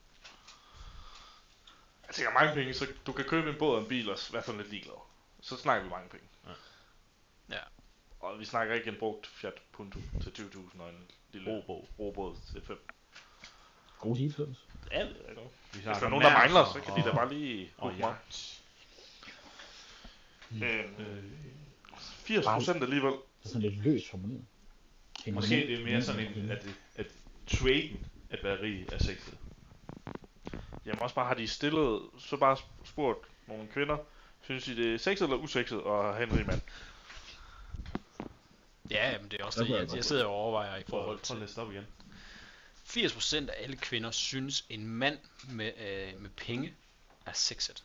Jeg tænker mange penge, så du kan købe en båd og en bil og være sådan lidt ligeglad. Så snakker vi mange penge. ja. Og vi snakker ikke en brugt Fiat Punto til tyve tusind og en lille Robåd. robåd til fem. God service. Ja, det er godt. Vi Hvis der er nogen, der mangler, så kan de da bare lige Og hugge mig. ja. Øhm, Øh, firs procent alligevel. Det er sådan lidt løst formuleret. En måske mænd- det er mere sådan en, at, det, at traden at være rig er sexet. Jamen også bare har de stillet, så bare spurgt nogle kvinder, synes I det er sexet eller usexet at have en rig mand? Ja, men det er også Der det, kunne jeg jeg, godt jeg sidder og overvejer i Prøv, forhold prøv at til læse det op igen. firs procent af alle kvinder synes, en mand med, øh, med penge er sexet.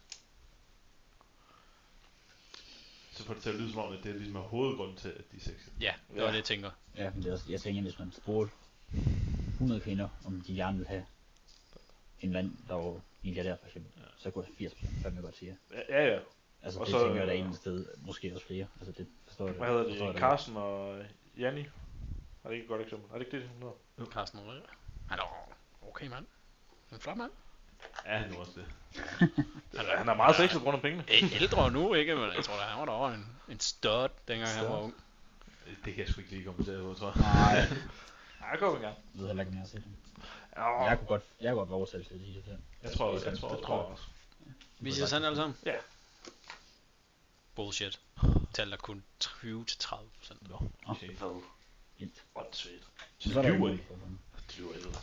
Så får det til at lyde som om, at det er ligesom hovedgrunden til, at de er sexede. Ja, det var det, jeg tænker. Ja, men det er også, jeg tænker, hvis man spurgte hundrede kvinder, om de gerne vil have en mand, der var milliardær for eksempel, ja. Så kunne firs procent fandme godt sige. Ja, ja. Altså Og det så, tænker jeg, der er en sted, måske også flere. Altså det forstår jeg. Hvad hedder forstår jeg det? da Carsten og Janni? Er det ikke et godt eksempel? Er det ikke det, hun hedder? Carsten Rød. Han er okay, mand. En flot mand. Ja, han er også det. Han er, han er meget sexet på grund af pengene. Æ, ældre nu, ikke? Men jeg tror, at han var derovre en, en stud, dengang han var ung. Det kan jeg sgu ikke lige kommentere på, tror jeg. Nej, Ja, jeg går vi gang. jeg ved heller ikke, mere at se det. Ja, Jeg kunne godt, jeg kunne godt være overtalt til at sige det der. Jeg tror også, jeg tror det også. tror jeg også. Vi siger sandt alle sammen? Ja. Bullshit. Tal er kun tyve til tredive procent. Nå, okay. Hvad? Vildt. Åndssvagt. Så Så er der lyver jo- de. Det lyver ikke.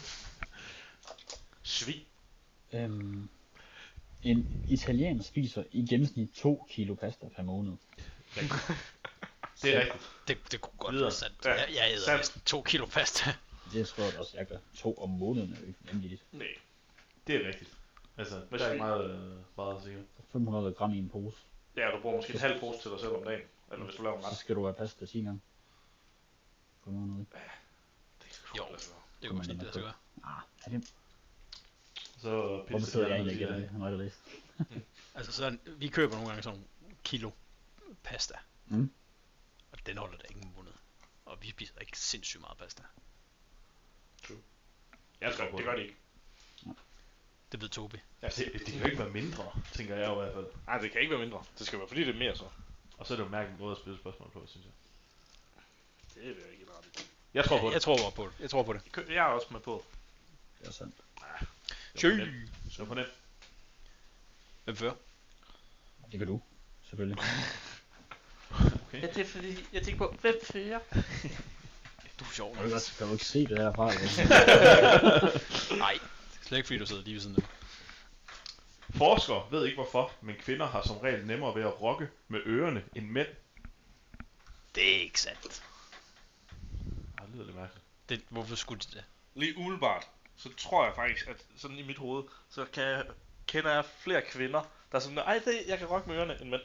Svin. Øhm, en italiener spiser i gennemsnit to kilo pasta per måned. Det er rigtigt. Det, det kunne godt Videre. være sandt. Ja, Jeg, jeg æder sandt. næsten to kilo pasta. Det tror jeg også, jeg gør. To om måneden er jo ikke vanvittigt. Nej. Det er rigtigt. Altså, Hvad der er siger ikke meget, øh, meget sikkert. fem hundrede gram i en pose. Ja, du bruger måske en halv pose til dig selv om dagen. Eller hvis du laver en Så ret. skal du have pasta ti gange. På måneden, ikke? Det kan Jo. sgu altså. Det kunne man sige, det skal være. Ah, er det? Så Hvorfor pisse sidder jeg det egentlig ikke andet, det? Han har læst. Altså, så vi køber nogle gange sådan nogle kilo pasta. Mm. Og den holder da ikke en måned. Og vi spiser ikke sindssygt meget pasta. Jeg Det tror gør, på det gør de ikke. Det ved Tobi. Ja, Det, det kan jo ikke være mindre, tænker jeg i hvert fald. Nej, det kan ikke være mindre. Det skal være fordi det er mere så. Og så er det jo en mærkelig måde at spille spørgsmål på, synes jeg. Det vil jeg ikke ret i. Jeg tror på Jeg det. tror bare på det. Jeg tror på det. Kø- Jeg er også med på. Det er sandt. Det var for nemt. Det var for nemt. Hvem fører? Det kan du, selvfølgelig. Okay. Ja, det er fordi, jeg tænker på, hvem fører? Du er sjov. Kan du, godt, kan du ikke se det herfra? Nej, slet ikke fordi du sidder lige ved siden af. Forskere ved ikke hvorfor, men kvinder har som regel nemmere ved at rokke med ørerne end mænd. Det er ikke sandt. Ah, det lyder lidt mærkeligt. Det, hvorfor skulle de det? Lige umiddelbart, så tror jeg faktisk, at sådan i mit hoved, så kan jeg, kender jeg flere kvinder, der er sådan, ej, det, jeg kan rokke med ørerne end mænd.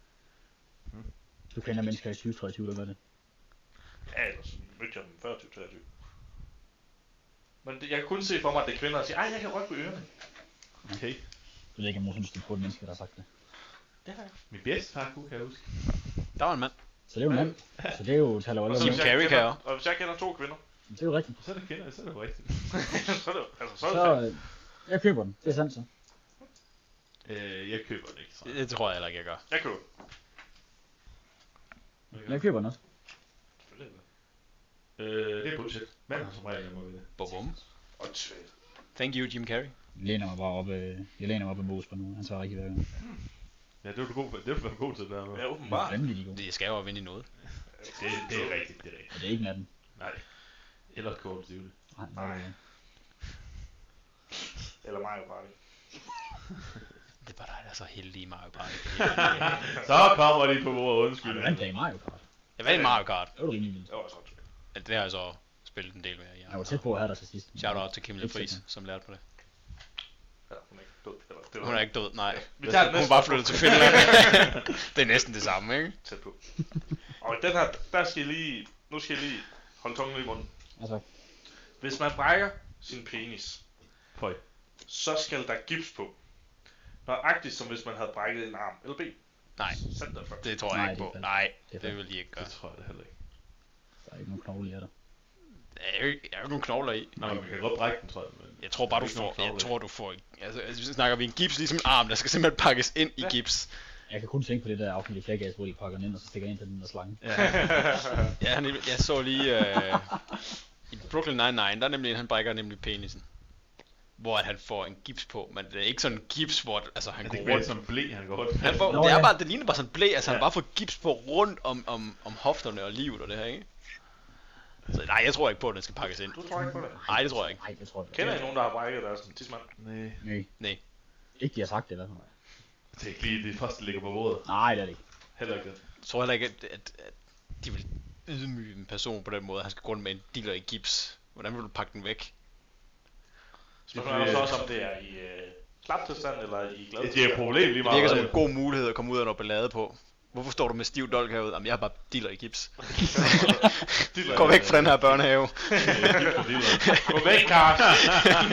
Du kender mennesker i tyve treogtyve, der gør det. Ja, ellers mødte jeg dem fyrre til treogtyve. Men det, jeg kan kun se for mig, at det er kvinder, der siger, ej, jeg kan rokke med ørerne. Okay. Jeg ved ikke, om hun synes, det er på et menneske, der har sagt det. Det har jeg. Min bedstefar kunne, kan jeg huske. Der var en mand. Så det er jo en mand. Så det er jo taler Og, Olle. så, Jim hvis jeg Carrey kan kender, jeg og hvis jeg kender to kvinder, Det er jo rigtigt. Så er det kvinder, så er det jo rigtigt. så er det, altså, så er det Så sandt. øh, jeg køber den. Det er sandt så. Øh, jeg køber den ikke. Så. Det, det tror jeg heller ikke, jeg gør. Jeg køber. Jeg køber den også. Selvfølgelig. Øh, det er bullshit. Manden har som regel nemmere ved det. Bum bum. Åndssvagt. Thank you, Jim Carrey. Jeg læner mig bare op, øh, jeg læner mig op i mos på nu. Han tager rigtig hver gang. Ja, det er du god, det er du være god til der nu. Ja, Det er åbenbart. vanvittigt god. Det skal jo vinde i noget. Det, det er rigtigt, det er rigtigt. Og det er ikke natten. Nej. Eller Call of Duty. Nej, nej, nej. Eller Mario Party. Det er bare dig, der er så heldig i Mario Party. Så kommer de på vores Ej, undskyld. du vandt da i Mario Kart. Jeg vandt i Mario Kart. Det var rimelig vildt. Det var også åndssvagt. Ja, det har jeg så spillet en del med. Jeg var tæt på at have dig til sidst. Shout out til Kim Ikke Friis, tæt som lærte på det. Ja, hun er ikke død. Eller, det var Hun er ikke død, nej. Vi tager den Hun er næste. bare flyttet til Finland. Det er næsten det samme, ikke? Tæt på. Og den her, der skal jeg lige, nu skal jeg lige holde tungen lige i munden. Ja, tak. Hvis man brækker sin penis, Føj. så skal der gips på. Nøjagtigt som hvis man havde brækket en arm eller ben. Nej, Sandt derfor. det tror jeg Nej, ikke det er på. falsk. Nej, Det er det vil de ikke gøre. Det tror jeg da heller ikke. Der er ikke nogen knogle i dig. Der er jo ikke, der er jo ikke nogen knogler i. Nå, men man kan godt brække den, tror jeg. Men Jeg tror bare, der du er ikke nogen får, jeg knogler i. tror, du får, altså, altså, snakker vi en gips ligesom en arm, der skal simpelthen pakkes ind i Ja. gips. Jeg kan kun tænke på det der afsnit i Jackass, hvor de pakker den ind, og så stikker ind til den der slange. Ja. Ja, han, jeg så lige, øh, i Brooklyn Nine-Nine, der er nemlig en, han brækker nemlig penisen. Hvor at han får en gips på, men det er ikke sådan en gips, hvor altså, han Det går er mere rundt. som blæ, han går rundt. Han får, Nå, det, er ja. bare, det ligner bare sådan en blæ, altså han Ja. bare får gips på rundt om, om, om hofterne og livet og det her, ikke? Så nej, jeg tror ikke på, at den skal pakkes ind. Du tror ikke på det? Nej, det tror jeg ikke. Nej, det tror jeg ikke. Kender I nogen, der har brækket deres tidsmand? Nej. Nej. Nej. Ikke de har sagt det i hvert fald. Det er ikke lige det første, der ligger på bordet. Nej, det er det ikke. Heller ikke det. Jeg tror heller ikke, at, at, at de vil ydmyge en person på den måde, at han skal gå rundt med en dealer i gips. Hvordan vil du pakke den væk? Spørgsmålet er så også, om det er i øh, slap tilstand eller i glad Det er et problem lige Det meget. virker som hvad en god mulighed at komme ud af noget ballade på. Hvorfor står du med stiv dolk herude? Jamen, jeg har bare diller i gips. Gå væk fra den her børnehave. Gå væk, Karsten.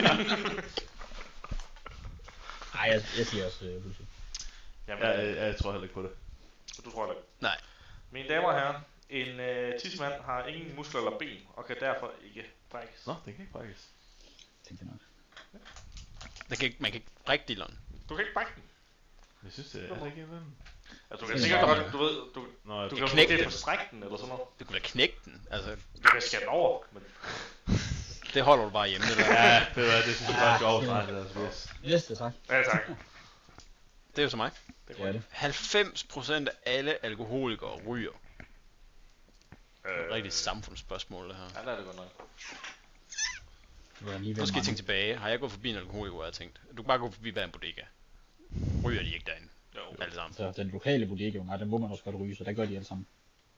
Nej, jeg, jeg siger også øh, Hulse. Jamen, Ja, jeg, jeg tror heller ikke på det. du tror det. Nej. Mine damer og herrer, en øh, tidsmand har ingen muskler eller ben, og kan derfor ikke brækkes. Nå, det kan ikke brækkes. Tænkte jeg nok. Man kan ikke, man kan ikke brække dilleren. Du kan ikke brække den. Jeg synes, det er heller ikke en anden. Altså, du kan sikkert godt, du ved, du, Nå, jeg du tror- kan knække måske den. forstrække den eller sådan noget. Du kan da knække den. Altså, Du kan skære den over, men det holder du bare hjemme, det der. Ja, ved du hvad, det synes jeg faktisk er overstreget, det der Tobias. Næste, tak. ja, tak. Det er jo så mig. Det Det er det. halvfems procent af alle alkoholikere ryger. Øh, Rigtig samfundsspørgsmål, det her. Ja, der er det godt nok. Det var alligevel Nu skal jeg mange. tænke tilbage. Har jeg gået forbi en alkoholiker, hvor jeg har tænkt, du kan bare gå forbi hver en bodega. Ryger de ikke derinde? Jo. Alle sammen. Så den lokale bodega, jo, nej, den må man også godt ryge, så der gør de alle sammen.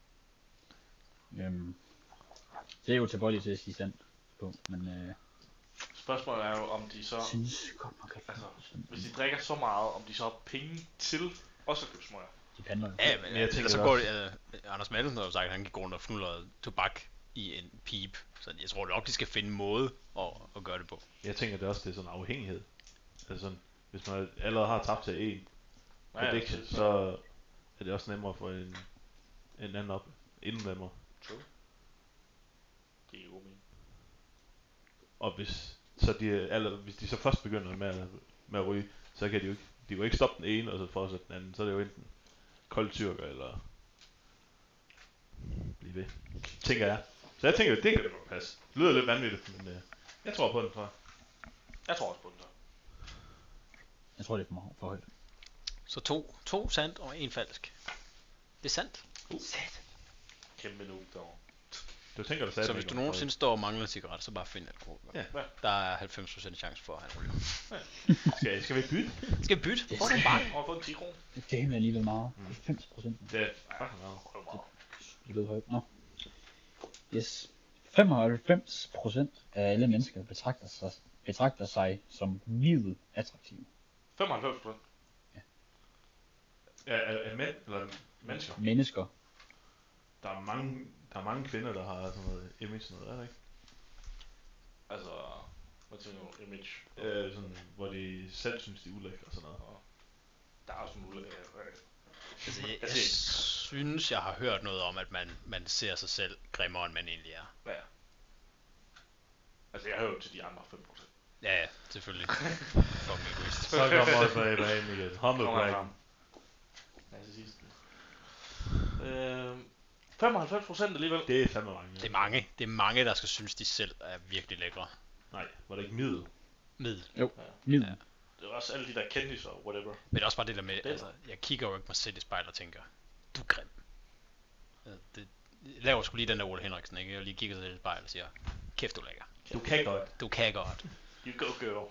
Øhm, det er jo tilbøjelig til at sige stand på, men øh, Spørgsmålet er jo, om de så, jeg synes godt nok, at altså, hvis de drikker så meget, om de så har penge til også at købe smøger. de pandler jo. Ja, men jeg jeg tænker tænker så det går det, uh, Anders Maddelsen har jo sagt, at han gik rundt og fnullerede tobak i en pip. Så jeg tror nok, de skal finde en måde at, at gøre det på. Jeg tænker det også, det er sådan en afhængighed. Altså sådan, hvis man allerede har tabt til en addiction, det- så er det også nemmere for en, en anden op, endnu nemmere. True. Det er jo mening. Og hvis, så de, eller, hvis de så først begynder med at, med at ryge, så kan de jo ikke, de kan jo ikke stoppe den ene, og så fortsætte den anden. Så er det jo enten kold tyrker, eller blive ved. Tænker jeg. Så jeg tænker, det kan nok passe. Det lyder lidt vanvittigt, men øh, jeg tror på den, tror jeg. Jeg tror også på den så. Jeg tror, det er for, for højt. Så to, to sandt og en falsk. Det er sandt. Kæmpe nu derovre. Du tænker, du sagde Så det hvis ikke du om nogensinde står og mangler en cigaret, så bare find alkohol. Ja. Der er halvfems procent chance for, at han ryger. noget. Skal, skal vi bytte? Skal vi bytte? Det Får du en bakke? Og har fået en ti kroner. Det er alligevel meget. halvfems procent. Det er fucking meget. Røv meget. Det lød højt. Nå. Yes. femoghalvfems procent af alle mennesker betragter sig, betragter sig som middel attraktive. femoghalvfems procent. Ja, er, er mænd, eller mennesker? Mennesker. Der er mange, der er mange kvinder, der har sådan noget image, noget, er der ikke? Altså, hvad tænker du? Image. Øh, sådan, hvor de selv synes, de er ulækre og sådan noget. Der er også nogle ulækre. Altså, jeg, jeg Altså, synes, jeg har hørt noget om, at man, man ser sig selv grimmere, end man egentlig er. Ja. Altså, jeg hører jo til de andre fem procent. Ja, ja, selvfølgelig. Fucking egoist. Så kommer også bag banen igen. Humble brag. Ja, så sidst. Øh, femoghalvfems procent alligevel. Det er fandme mange. Det er mange. Det er mange, der skal synes, de selv er virkelig lækre. Nej, var det ikke middel? Middel. Middel. Ja. Det er også alle de der kendis og whatever. Men det er også bare det der med, Det. altså, jeg kigger jo ikke mig selv i spejlet og tænker, du er grim. Ja, det, jeg laver sgu lige den der Ole Henriksen, ikke? Jeg lige kigger sig i spejlet og siger, kæft du er lækker. Du kan godt. Du kan godt. You go girl.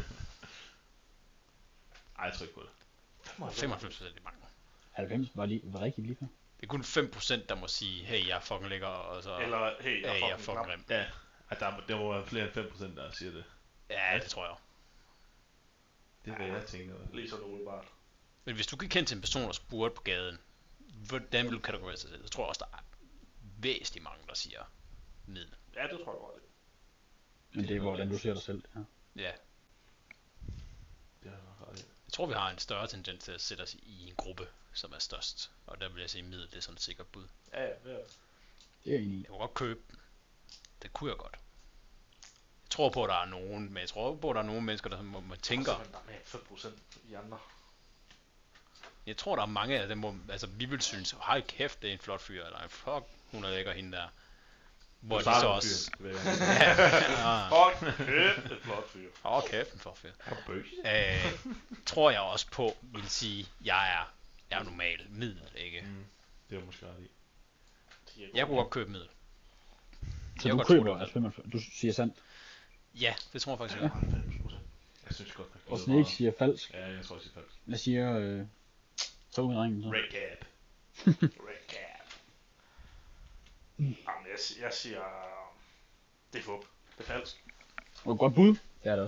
Ej, jeg tror ikke på det. femoghalvfems procent er mange. halvfems var, lige, var rigtig lige før. Det er kun fem procent, der må sige, hey, jeg er fucking lækker, og så, Eller, hey, jeg er hey, jeg er fucking fucking grim. grim. Ja, at der, må- der må være flere end fem procent, der siger det. Ja, det tror jeg. Det er hvad jeg tænker. Lige sådan umiddelbart. Men hvis du gik hen til en person og spurgte på gaden, hvordan vil du kategorisere sig selv, så tror jeg også, der er væsentligt mange, der siger middel. Ja, det tror jeg godt. Men det er, hvordan du ser dig selv. Ja. Ja, Det er nok ret. jeg tror, vi har en større tendens til at sætte os i en gruppe, som er størst. Og der vil jeg sige, middel, det er sådan et sikkert bud. Ja, ja, ja. Det er jeg enig i. Jeg kunne godt købe den. Det kunne jeg godt. Jeg tror på, at der er nogen, men jeg tror ikke på, at der er nogle mennesker, der må, må tænker. Altså, men der er mere end fem procent i andre. Jeg tror, der er mange af dem, hvor altså, vi vil synes, hold kæft, det er en flot fyr, eller fuck, hun er lækker hende der. Hvor de så også... Ja, Fuck, kæft, et flot fyr. åh, kæft, en flot fyr. Bøs. Øh, tror jeg også på, vil sige, jeg er, jeg er normal middel, ikke? Mm, det var måske ret i. Det er Jeg kunne godt købe middel. Så Jeg du kan godt tro, køber det. altså femoghalvfems. Du siger sandt. Ja, det tror jeg faktisk, jeg gør. halvfems procent. Jeg synes godt nok. det Og lyder Snake meget- siger falsk. Ja, jeg tror også, det er falsk. Jeg siger øh, togedrengen så. Red Gap. Red cap. Jamen, jeg, si- jeg siger... Det er fup. Det er falsk. Og godt bud. Det er det også.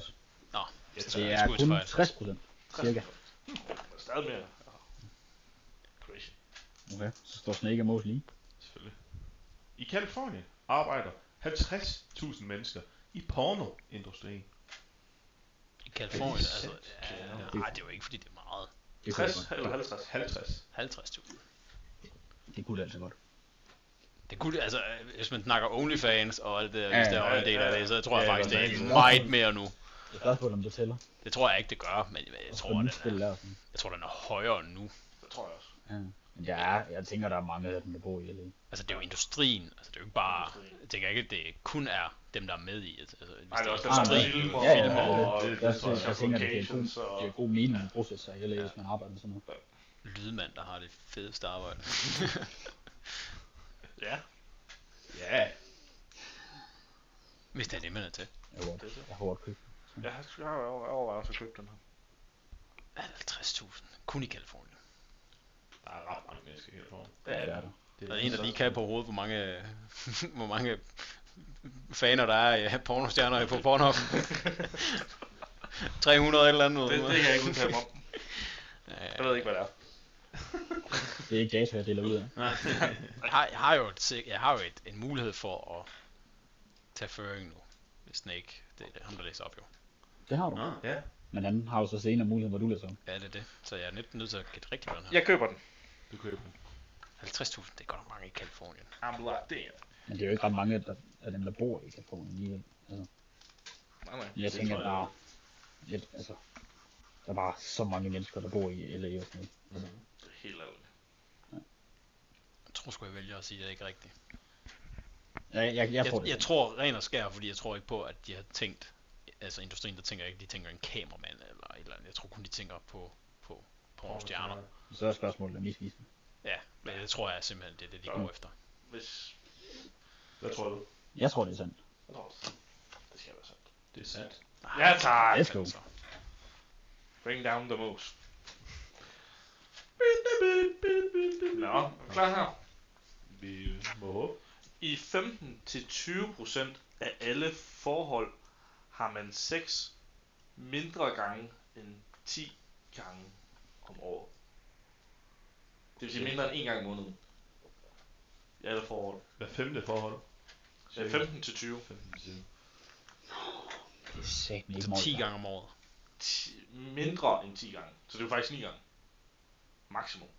Nå, Jeg så tager- Det jeg er skulle kun fejl. tres procent, cirka. Men stadig mere. Ja. Crazy. Okay, så står Snake og Mos lige. Selvfølgelig. I Kalifornien arbejder halvtreds tusind mennesker i pornoindustrien. I Kalifornien, altså, ja, Ja. ja, ej, det er jo ikke fordi det er meget. Det kunne, tres det godt. eller halvtreds? halvtreds. halvtreds tusind. Det kunne det altså godt. Det kunne det, altså, hvis man snakker OnlyFans og alt det, Ja, hvis der ja, er en del af ja. det, så tror jeg Ja, faktisk, det det er er meget mere nu. Det er spørgsmål, om det tæller. Det tror jeg ikke, det gør, men jeg tror, den spil er, der og sådan. jeg tror, den er højere nu. Det tror jeg også. Ja. Men der er, jeg tænker, der er mange af dem, der bor i L A. Altså, det er jo industrien, altså, det er jo ikke bare, jeg tænker ikke, at det kun er dem, der er med i det. Altså, hvis Nej, det er også er dem, der industri- filmer Ja, ja, filmer ja, og det- det- Jeg, det tror jeg, jeg. jeg tænker, det giver god, Locations og- det giver god mening at bosætte sig i L A, hvis man arbejder med sådan noget. lydmand, der har det fedeste arbejde. Ja, Ja. Hvis det er det, man er til. Jeg har godt, jeg har godt købt. jeg har, jeg har over- overvejet at købe den her. halvtreds tusind. Kun i Kalifornien. Der er ret mange mennesker i Kalifornien. Ja, det er der. Det Der er en, der lige kan på hovedet, hvor mange, hvor mange faner der er i pornostjerner på Pornhub. tre hundrede eller andet. Det, det kan jeg ikke udtale mig om. Ja, Jeg ved ikke, hvad det er. Det er ikke data, jeg deler ud af. jeg, har, jeg har jo, et, sik- jeg har jo et, en mulighed for at tage føring nu. Hvis Snake, det er det, ham der læser op jo. Det har du. Nå, ja. Men han har jo så senere mulighed, hvor du læser op. Ja, det er det. Så jeg er nødt nødt til at gætte rigtigt på den her. Jeg køber den. Du køber den. halvtreds tusind, det er godt nok mange i Kalifornien. I'm like, damn. Men det er jo ikke ret mange der, af dem, der bor i Kalifornien alligevel. Altså, Nej, nej. jeg tænker, tror der jeg er, lidt, altså, der er bare så mange mennesker, der bor i L A og sådan noget. Det er helt ærligt. Jeg tror sgu, jeg vælger at sige, at det er ikke rigtigt. Ja, jeg, jeg, jeg, tror Jeg, det. jeg tror ren og skær, fordi jeg tror ikke på, at de har tænkt, altså industrien, der tænker ikke, de tænker en kameramand eller et eller andet. Jeg tror kun, de tænker på, på, på nogle stjerner. Så er spørgsmålet der misvisende. Ja, men det tror jeg simpelthen, det er det, de går efter. Hvis... Hvad tror du? Jeg tror, det er sandt. Jeg tror også, det skal være sandt. Det er sandt. Ja, tak. Let's go. Så. Bring down the most. Nå, er du klar her? Vi må håbe. I femten til tyve procent af alle forhold har man sex mindre gange end ti gange om året. Det vil sige mindre end en gang i måneden. I alle forhold. Hvad femte forhold? Så femten til tyve. femten til tyve. Det er satme ikke Så målt. ti gange om året. ti, mindre end ti gange. Så det er jo faktisk ni gange. Maksimum.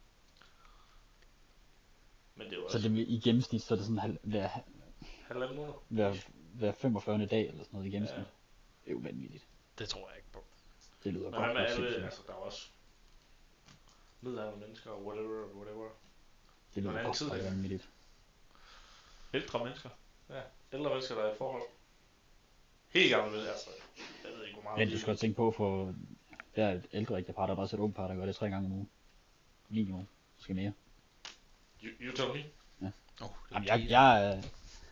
Men det er jo Så også det, i gennemsnit, så er det sådan halv, hver, halvanden måned. hver, hver femogfyrre dag eller sådan noget i gennemsnit. Ja. Det er jo vanvittigt. Det tror jeg ikke på. Det lyder Men godt. hvad med nok alle, sindssygt. altså der er også midaldrende mennesker og whatever, whatever. Det lyder hvordan godt tid nok det er. vanvittigt. Ældre mennesker. Ja, ældre mennesker, der er i forhold. Helt gamle mennesker, altså, jeg ved ikke hvor meget. Men du skal godt tænke på, for der er et ældre ægte par, der er også et ungt par, der gør det tre gange om ugen. Minimum. Måske mere. You, you tell me. Oh, Jamen, jeg, jeg, er-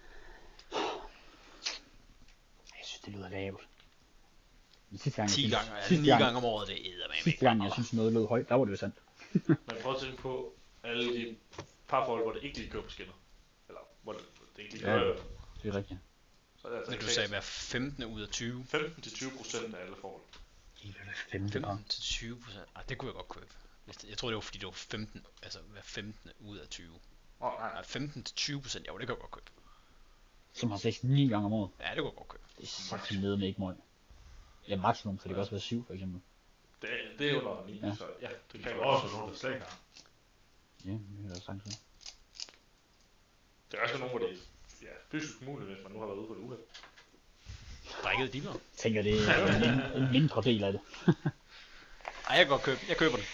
jeg synes, det lyder lavt. Men sidste gang, jeg ti synes- gange, altså sidste ni gang- gange om året, det er eddermame Sidste gang, jeg synes noget lød højt, der var det jo sandt. Men prøv at tænke på alle de parforhold, hvor det ikke lige kører på skinner. Eller hvor det, det ikke lige Ja. kører. Det er rigtigt. Så er det altså Men ikke du sagde sikkert. hver femtende ud af tyve. femten til tyve procent af alle forhold. femten par. femten til tyve procent. Ah, det kunne jeg godt købe. Hvis det, jeg tror det var fordi det var femten, altså hver femtende ud af tyve. Åh, oh, nej, Nej, nej. femten til tyve procent, jo det kan jeg godt købe. Som har sex ni gange om året. Ja, det kunne jeg godt købe. Det er sådan nede med ikke meget. Ja, maksimum, så det kan også være syv for eksempel. Det, det er under ni, Ja. så ja, det Det kan er jeg også også. nogen, der slet ikke har. Ja, det er da sagt så. Det er også nogen, hvor det er ja, fysisk muligt, hvis man nu har været ude på det uheld. Brækket diller. Jeg tænker, det er en, en mindre del af det. Ej, jeg kan godt købe. Jeg køber den.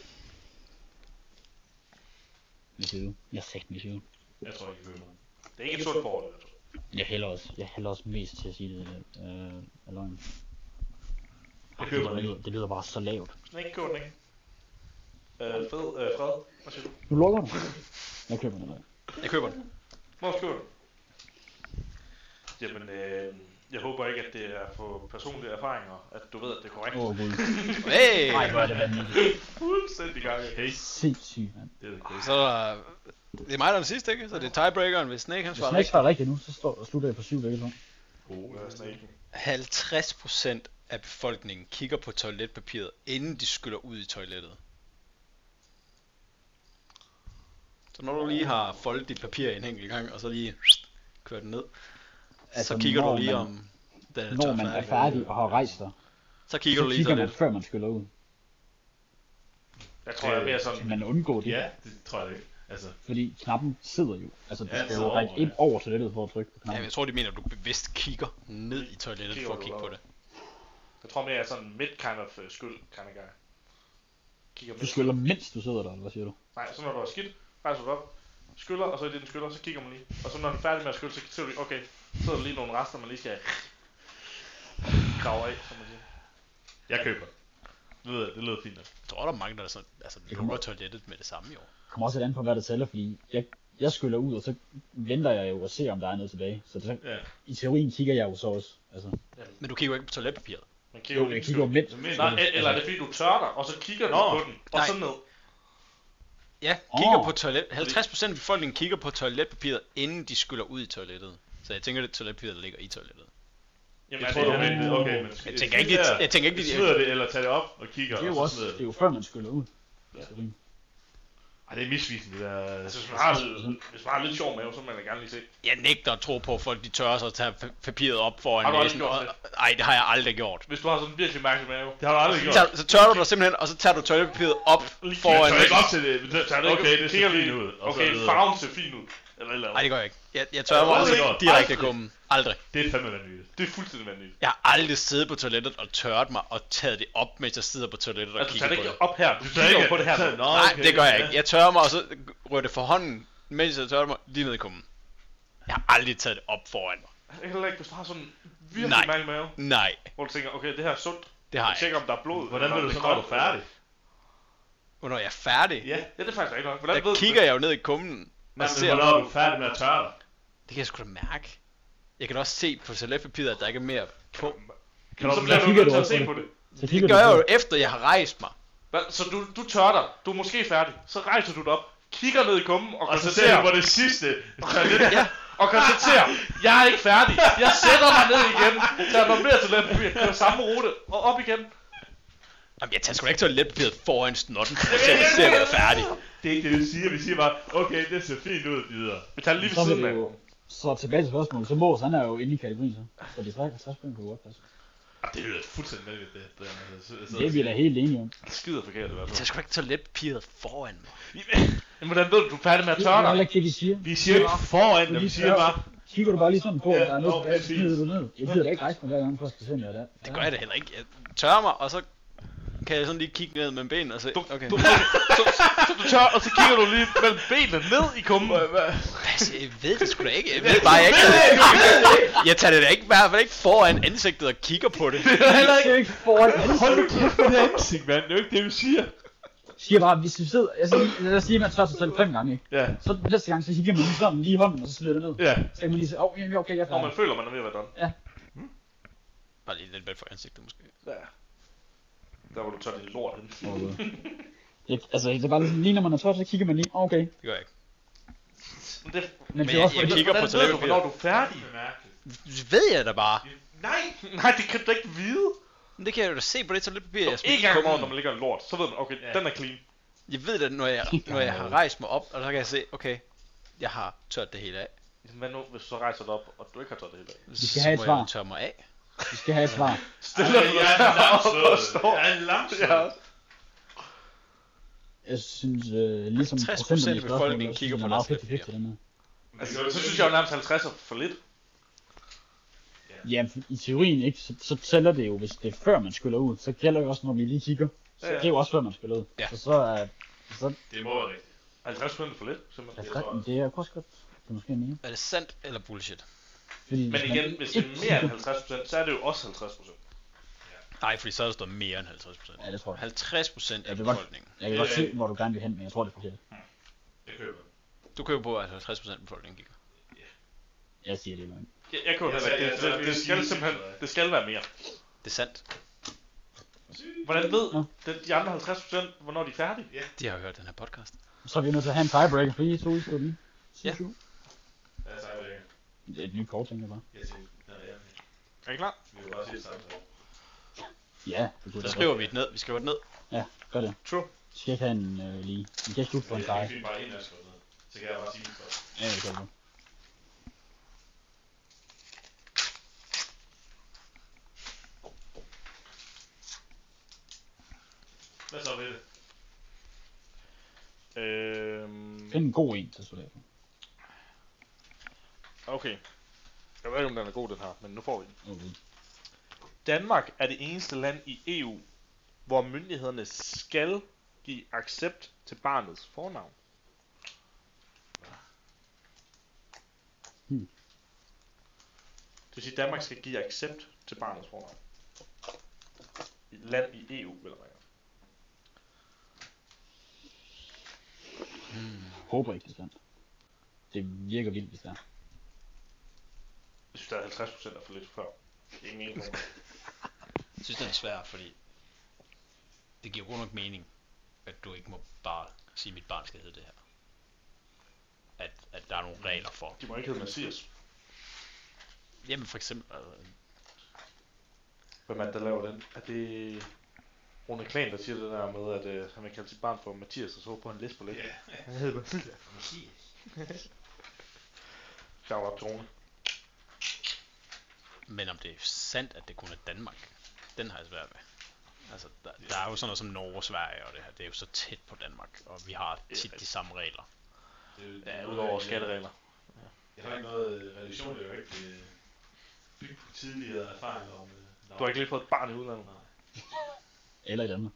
Med syv. Jeg sagde med syv. Jeg tror ikke, jeg køber den. Det er ikke et sundt forhold, altså. Jeg hælder også, jeg hælder også mest til at sige det, øh, af løgn. Jeg køber det, den lyder, ikke. det lyder bare så lavt. Snake køber den ikke. Øh, Fred, øh, Fred, hvad siger du? Nu lukker du. Jeg køber den ikke. Jeg køber den. Hvor skriver du? Jamen, øh, jeg håber ikke, at det er på personlige erfaringer, at du ved, at det er korrekt. Åh, oh, gud. Hey! Nej, hvor er det vanvittigt. Fuldstændig gang. Hey, Sindssygt, mand. det er det crazy. Så er der... Det er mig, der er den sidste, ikke? Så det er tiebreakeren, hvis Snake han Hvis svarer Snake rigtigt. svarer rigtigt nu, så står, slutter jeg på syv begge to. Oh, Hvad er snaken? halvtreds procent af befolkningen kigger på toiletpapiret, inden de skyller ud i toilettet? Så når du lige har foldet dit papir en enkelt gang, og så lige kørt den ned, Altså, så kigger når du lige man- om, den er Når tør man er færdig. færdig og har rejst sig, Så kigger så du lige i kigger man toilettet. før man skyller ud. Jeg tror, jeg er mere sådan... Man undgår det, Ja, det tror jeg ikke. Altså, fordi knappen sidder jo. Altså, du Ja, den skal sidder jo række over, ind ja. over toilettet for at trykke på Ja, knappen. jeg tror, de mener, at du bevidst kigger ned i toilettet Kigger for at du kigge på over? det. Jeg tror mere, jeg er sådan midt kind of uh, skyld kind of guy. Kigger Du midt. skyller, mens du sidder der, eller hvad siger du? Nej, så når du har skidt, rejser du op, skyller, og så i det, den skyller, så kigger man lige. Og så når den er færdig med at skylle, så ser du lige, okay, så er der lige nogle rester, man lige skal grave af, som man siger. jeg køber. Det lyder, det lyder fint nok. Jeg tror, der er mange, der er sådan, altså, lukker toilettet med det samme, jo. Det kommer også lidt an på, hvad det tæller, fordi jeg, jeg skyller ud, og så venter jeg jo og ser, om der er noget tilbage. Så det, Ja. i teorien kigger jeg jo så også. Altså, Men du kigger jo ikke på toiletpapiret. Man kigger jo, jo jeg lige kigger jo skyld. mens. Så mener Nej, du- e- eller er det fordi, du tørrer dig, og så kigger du Nå. på den, og Nej. så ned. Ja, kigger Åh. på toilet. halvtreds procent af befolkningen kigger på toiletpapiret, inden de skyller ud i toilettet. Så jeg tænker, det er toiletpapiret, der ligger i toilettet. Jamen, Jeg er tror, du det, mente, okay, men Jeg tænker ikke, det- jeg tænker ikke, det- smider det, eller tager det op og kigger, Det er jo og så også, smider det er det. jo før man skyller ud. i teorien. Ej, det er misvisende, det der. altså, hvis man har, hvis man har lidt sjov mave, så vil man da gerne lige se. Jeg nægter at tro på, at folk de tørrer sig og tager pa- papiret op Har foran du aldrig næsen. gjort og- det? Ej, det har jeg aldrig gjort. Hvis du har sådan en virkelig mærkelig mave. Det har du aldrig Så, gjort. tager- så tørrer du dig simpelthen, og så tager du toiletpapiret op Men foran tør ikke næsen. op til det. Men tør- Tager det ikke- Okay, det kigger ser lige- fint ud. og så Okay, videre. farven ser fin ud. Eller et eller Nej, andet. det gør jeg ikke. Jeg, jeg tørrer mig Aldrig også gjort. direkte i Aldrig. kummen. Aldrig. Det er fandme vanvittigt. Det er fuldstændig vanvittigt. Jeg har aldrig siddet på toilettet og tørret mig og taget det op, mens jeg sidder på toilettet og Altså, du kigger tager på det det. ikke op her. Du Du kigger jo på det her. så- Nå, Nej, okay, det gør jeg ja. ikke. Jeg tørrer mig, og så rører det for hånden, mens jeg tørrer mig lige ned i kummen. Jeg har aldrig taget det op foran mig. Jeg heller ikke, hvis du har sådan en virkelig Nej. mærkelig mave. Nej, Hvor du tænker, okay, det her er sundt. det har jeg Tjek ikke. om der er blod. Hvordan eller ved om du så, det når du er godt, færdig? Hvornår jeg er færdig, Ja. Ja, det er faktisk ikke nok. Hvordan ved der du kigger det? jeg jo ned i kummen og Men ser, hvornår er du færdig med at tørre dig? det kan jeg sgu da mærke. Jeg kan også se på toiletpapiret, at der ikke er mere på. Kan du Så så bliver du kigger nødt til du at også se på på det. Så kigger Det gør du jeg på- jo efter, jeg har rejst mig. Hvad? Så du, du tørrer dig. Du er måske færdig. Så rejser du dig op. Kigger ned i kummen og Og så ser konstaterer. du på det sidste. Ja, Og konstaterer, jeg er ikke færdig. Jeg sætter mig ned igen. Tager noget mere til den papir. Kører samme rute. Og op igen. jamen, jeg tager sgu da ikke toiletpapiret foran snotten, for at se, at jeg er færdig. Det er ikke det, vi siger. Vi siger bare, okay, det ser fint ud videre. Vi tager det lige ved Så vil siden det af. jo, så tilbage til spørgsmålet, så Mås, han er jo inde i kategorien så. Så de trækker halvtreds point på WordPress. Ah, det lyder fuldstændig vanvittigt, det. Brian. Altså, så- så- Det er vi da helt enige om. Skider forkert i hvert Jeg fald. tager sgu da ikke toiletpapiret foran mig. Men hvordan ved du, du er færdig med at Det er tørre heller dig? ikke det, de siger. Vi siger ikke foran dem, Fordi vi siger bare... Kigger du bare lige sådan på, at Ja, der er noget nå, tilbage, så præcis. smider du ned. Jeg gider da ikke rejse mig hver gang, for at se, om jeg er der. Det gør jeg da heller ikke. Jeg tørrer mig, og så kan jeg sådan lige kigge ned med benene og se, Du, okay. du, så, så, så du tør, og så kigger du lige mellem benene ned i kummen. Altså, jeg ved det sgu da ikke. Jeg ved bare, jeg ikke tager det. Jeg tager det da ikke, i hvert fald ikke foran ansigtet og kigger på det. Det er jo ikke foran ansigtet. Hold nu kæft med det ansigt, mand. Det er jo ikke det, vi siger. Jeg siger bare, hvis vi sidder, jeg siger, lad os sige, at man tør sig selv fem gange, ikke? Ja, Så næste gang, så kigger man lige sådan, lige i hånden, og så smider det ned. ja. Så kan man lige sige, åh, oh, okay, jeg er Når man færdig. føler, man er ved at være done. Bare lige lidt væk for ansigtet måske. Ja. Der hvor du tør dit lort hen. Og, øh, det, altså, det er bare sådan, lige når man er tørt, så kigger man lige, oh, okay. Det gør jeg ikke. Men det, Men det jeg- er også jeg fordi, kigger på hvordan ved du, toiletpapiret. hvornår du er færdig? Det ved jeg da bare. Nej, nej, det kan du ikke vide. Men det kan jeg jo da se på det toiletpapir, jeg En smider i gang om året, kummen. når man ligger en lort, så ved man, okay, Ja. den er clean. Jeg ved det, når jeg, når jeg har rejst mig op, og så kan jeg se, okay, jeg har tørt det hele af. Hvad nu, hvis du så rejser dig op, og du ikke har taget det hele af? Så skal have et må svar. jeg jo tørre mig af. vi skal have et svar. Stiller du Jeg dig er en op og lamslået. står. Jeg er en lamslået. Ja. Jeg synes, øh, ligesom halvtreds procent procenterne i af spørgsmålet, befolkningen så kigger synes på jeg, meget deres halvtreds halvtreds den her. Altså, så synes jeg jo nærmest halvtreds er for lidt. Jamen, i teorien ikke, så, så tæller det jo, hvis det er før man skyller ud. Så gælder det også, når vi lige kigger. Så Ja, ja. det er jo også før man skyller ud. Ja. Så så er så Det må være rigtigt. halvtreds procent er for lidt, simpelthen. halvtreds, men det er også godt. Det er måske mere. Er det sandt eller bullshit? Fordi Men hvis man igen, hvis det ikke er mere end kigger- halvtreds procent, så er det jo også halvtreds procent. Nej, fordi så er der stået mere end halvtreds procent. Ja, det tror jeg. halvtreds procent Ja, af det var- befolkningen. Jeg kan godt se, hvor du gerne vil hen, men jeg tror, det er forkert. Jeg køber. Du køber på, at halvtreds procent af befolkningen kigger. Jeg siger det er løgn. Jeg, jeg kan jo Jeg heller ikke, sagde- det, jeg det, sagde- det skal simpelthen, det skal være mere. Det er sandt. Hvordan ved Nå. det, de andre halvtreds procent, hvornår de er færdige? De har jo hørt den her podcast. Så er vi nødt til at have en tiebreaker, for I to udskriver lige. Ja. syv syv. Ja, så er det ikke. Det er et nyt kort, tænker jeg bare. Jeg tænkte, nej, ja. Er I klar? Vi vil bare sige det samme. Ja, det kunne Så det skriver vi det ned. Vi skriver det ned. Ja, gør det. True. Så skal jeg ikke have en øh, lige. Vi kan slutte på en Jeg sejr. kan bare en af skrevet ned. Så kan jeg bare sige det først. Ja, det kan du. Hvad så ved det? Øhm, Find en god en til studere på. okay. Jeg ved ikke, om den er god, den her, men nu får vi den. Okay. Danmark er det eneste land i E U, hvor myndighederne skal give accept til barnets fornavn. Hmm. Det vil sige, at Danmark skal give accept til barnets fornavn. Et land i E U, vil jeg mærke. Håber ikke, det er sandt. Det virker vildt, hvis det er. Jeg synes, der er halvtreds procent er for lidt før. Det er ingen mening. Jeg synes, det er svært, fordi det giver god nok mening, at du ikke må bare sige, at mit barn skal hedde det her. At, at der er nogle regler for. De må ikke hedde Mathias. Jamen for eksempel, øh, Hvem er det, der laver den? Er det Rune Klan, der siger det der med, at øh, han vil kalde sit barn for Mathias, og så på en liste på lidt? Ja. Han hedder Mathias. Shout out til Rune. men om det er sandt, at det kun er Danmark, den har jeg svært ved. Altså, der, der er jo sådan noget som Norge og Sverige, og det her, det er jo så tæt på Danmark, og vi har tit de samme regler. Det er jo- det er Ja, noget, udover jeg- skatteregler. Jeg har ikke noget øh, relation, det er jo ikke øh, bygget på tidligere erfaringer om øh, Du har ikke lige fået et barn i udlandet. Nej. Eller i Danmark.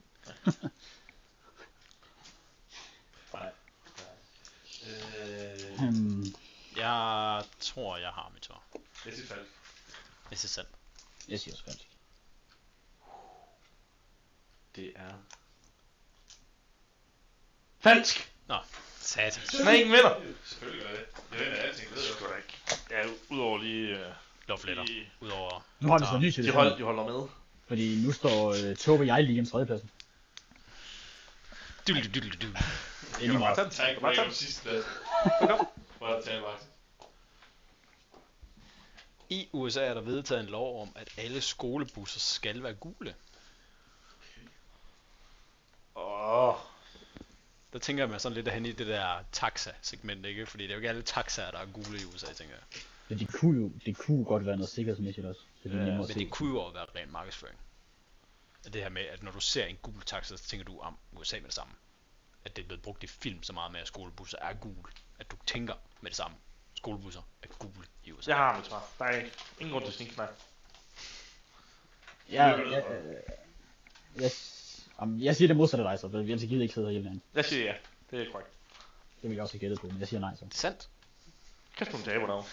Nej. Øh, Hmm. Jeg tror, jeg har mit svar. Læs et fald. Hvis det er sandt. Jeg siger også falsk. Det er falsk! Nå, sat. Snaken vinder! Selvfølgelig gør det. Jeg ved, at alting ved Det jeg. skulle da ikke. Ja, udover lige... Øh, Love letter. lige Udover... Nu har vi så en ny de, situation. hold, de holder med. Fordi nu står øh, Tove og jeg lige i tredjepladsen. Du, du, du, du, du. Det er lige meget. Bare Tak, bare bare tage om sidste plads. Bare at tage en vagt. I U S A er der vedtaget en lov om, at alle skolebusser skal være gule. Åh, Der tænker man sådan lidt hen i det der taxa-segment, ikke? Fordi det er jo ikke alle taxaer, der er gule i U S A, tænker jeg. Men det kunne jo det kunne godt være noget sikkerhedsmæssigt også. Så det er Ja, nemmere at Men se. det kunne jo også være ren markedsføring. At det her med, at når du ser en gul taxa, så tænker du om U S A med det samme. At det er blevet brugt i film så meget med, at skolebusser er gule. At du tænker med det samme. Skolebusser er gule i U S A. jeg har mit svar. Der er ikke, ingen grund til sniksnak. Ja, ja, ja, jeg, jamen, jeg siger det modsatte af dig så, for ellers gider jeg ikke sidde herhjemme. Jeg siger ja. Det er korrekt. Det vil jeg også have gættet på, men jeg siger nej så. Det er sandt. Kæft, du en taber derovre.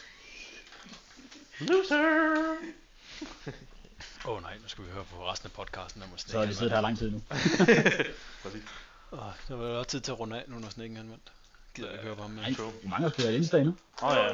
Loser! Åh oh, nej, nu skal vi høre på resten af podcasten. Om Så har de siddet her lang tid nu. Præcis. Åh, der var jo tid til at runde af nu, når Snikken han vandt. Gider jeg ikke høre på ham mere. Nej, True. vi mangler sgu da et Insta endnu. Åh oh, ja.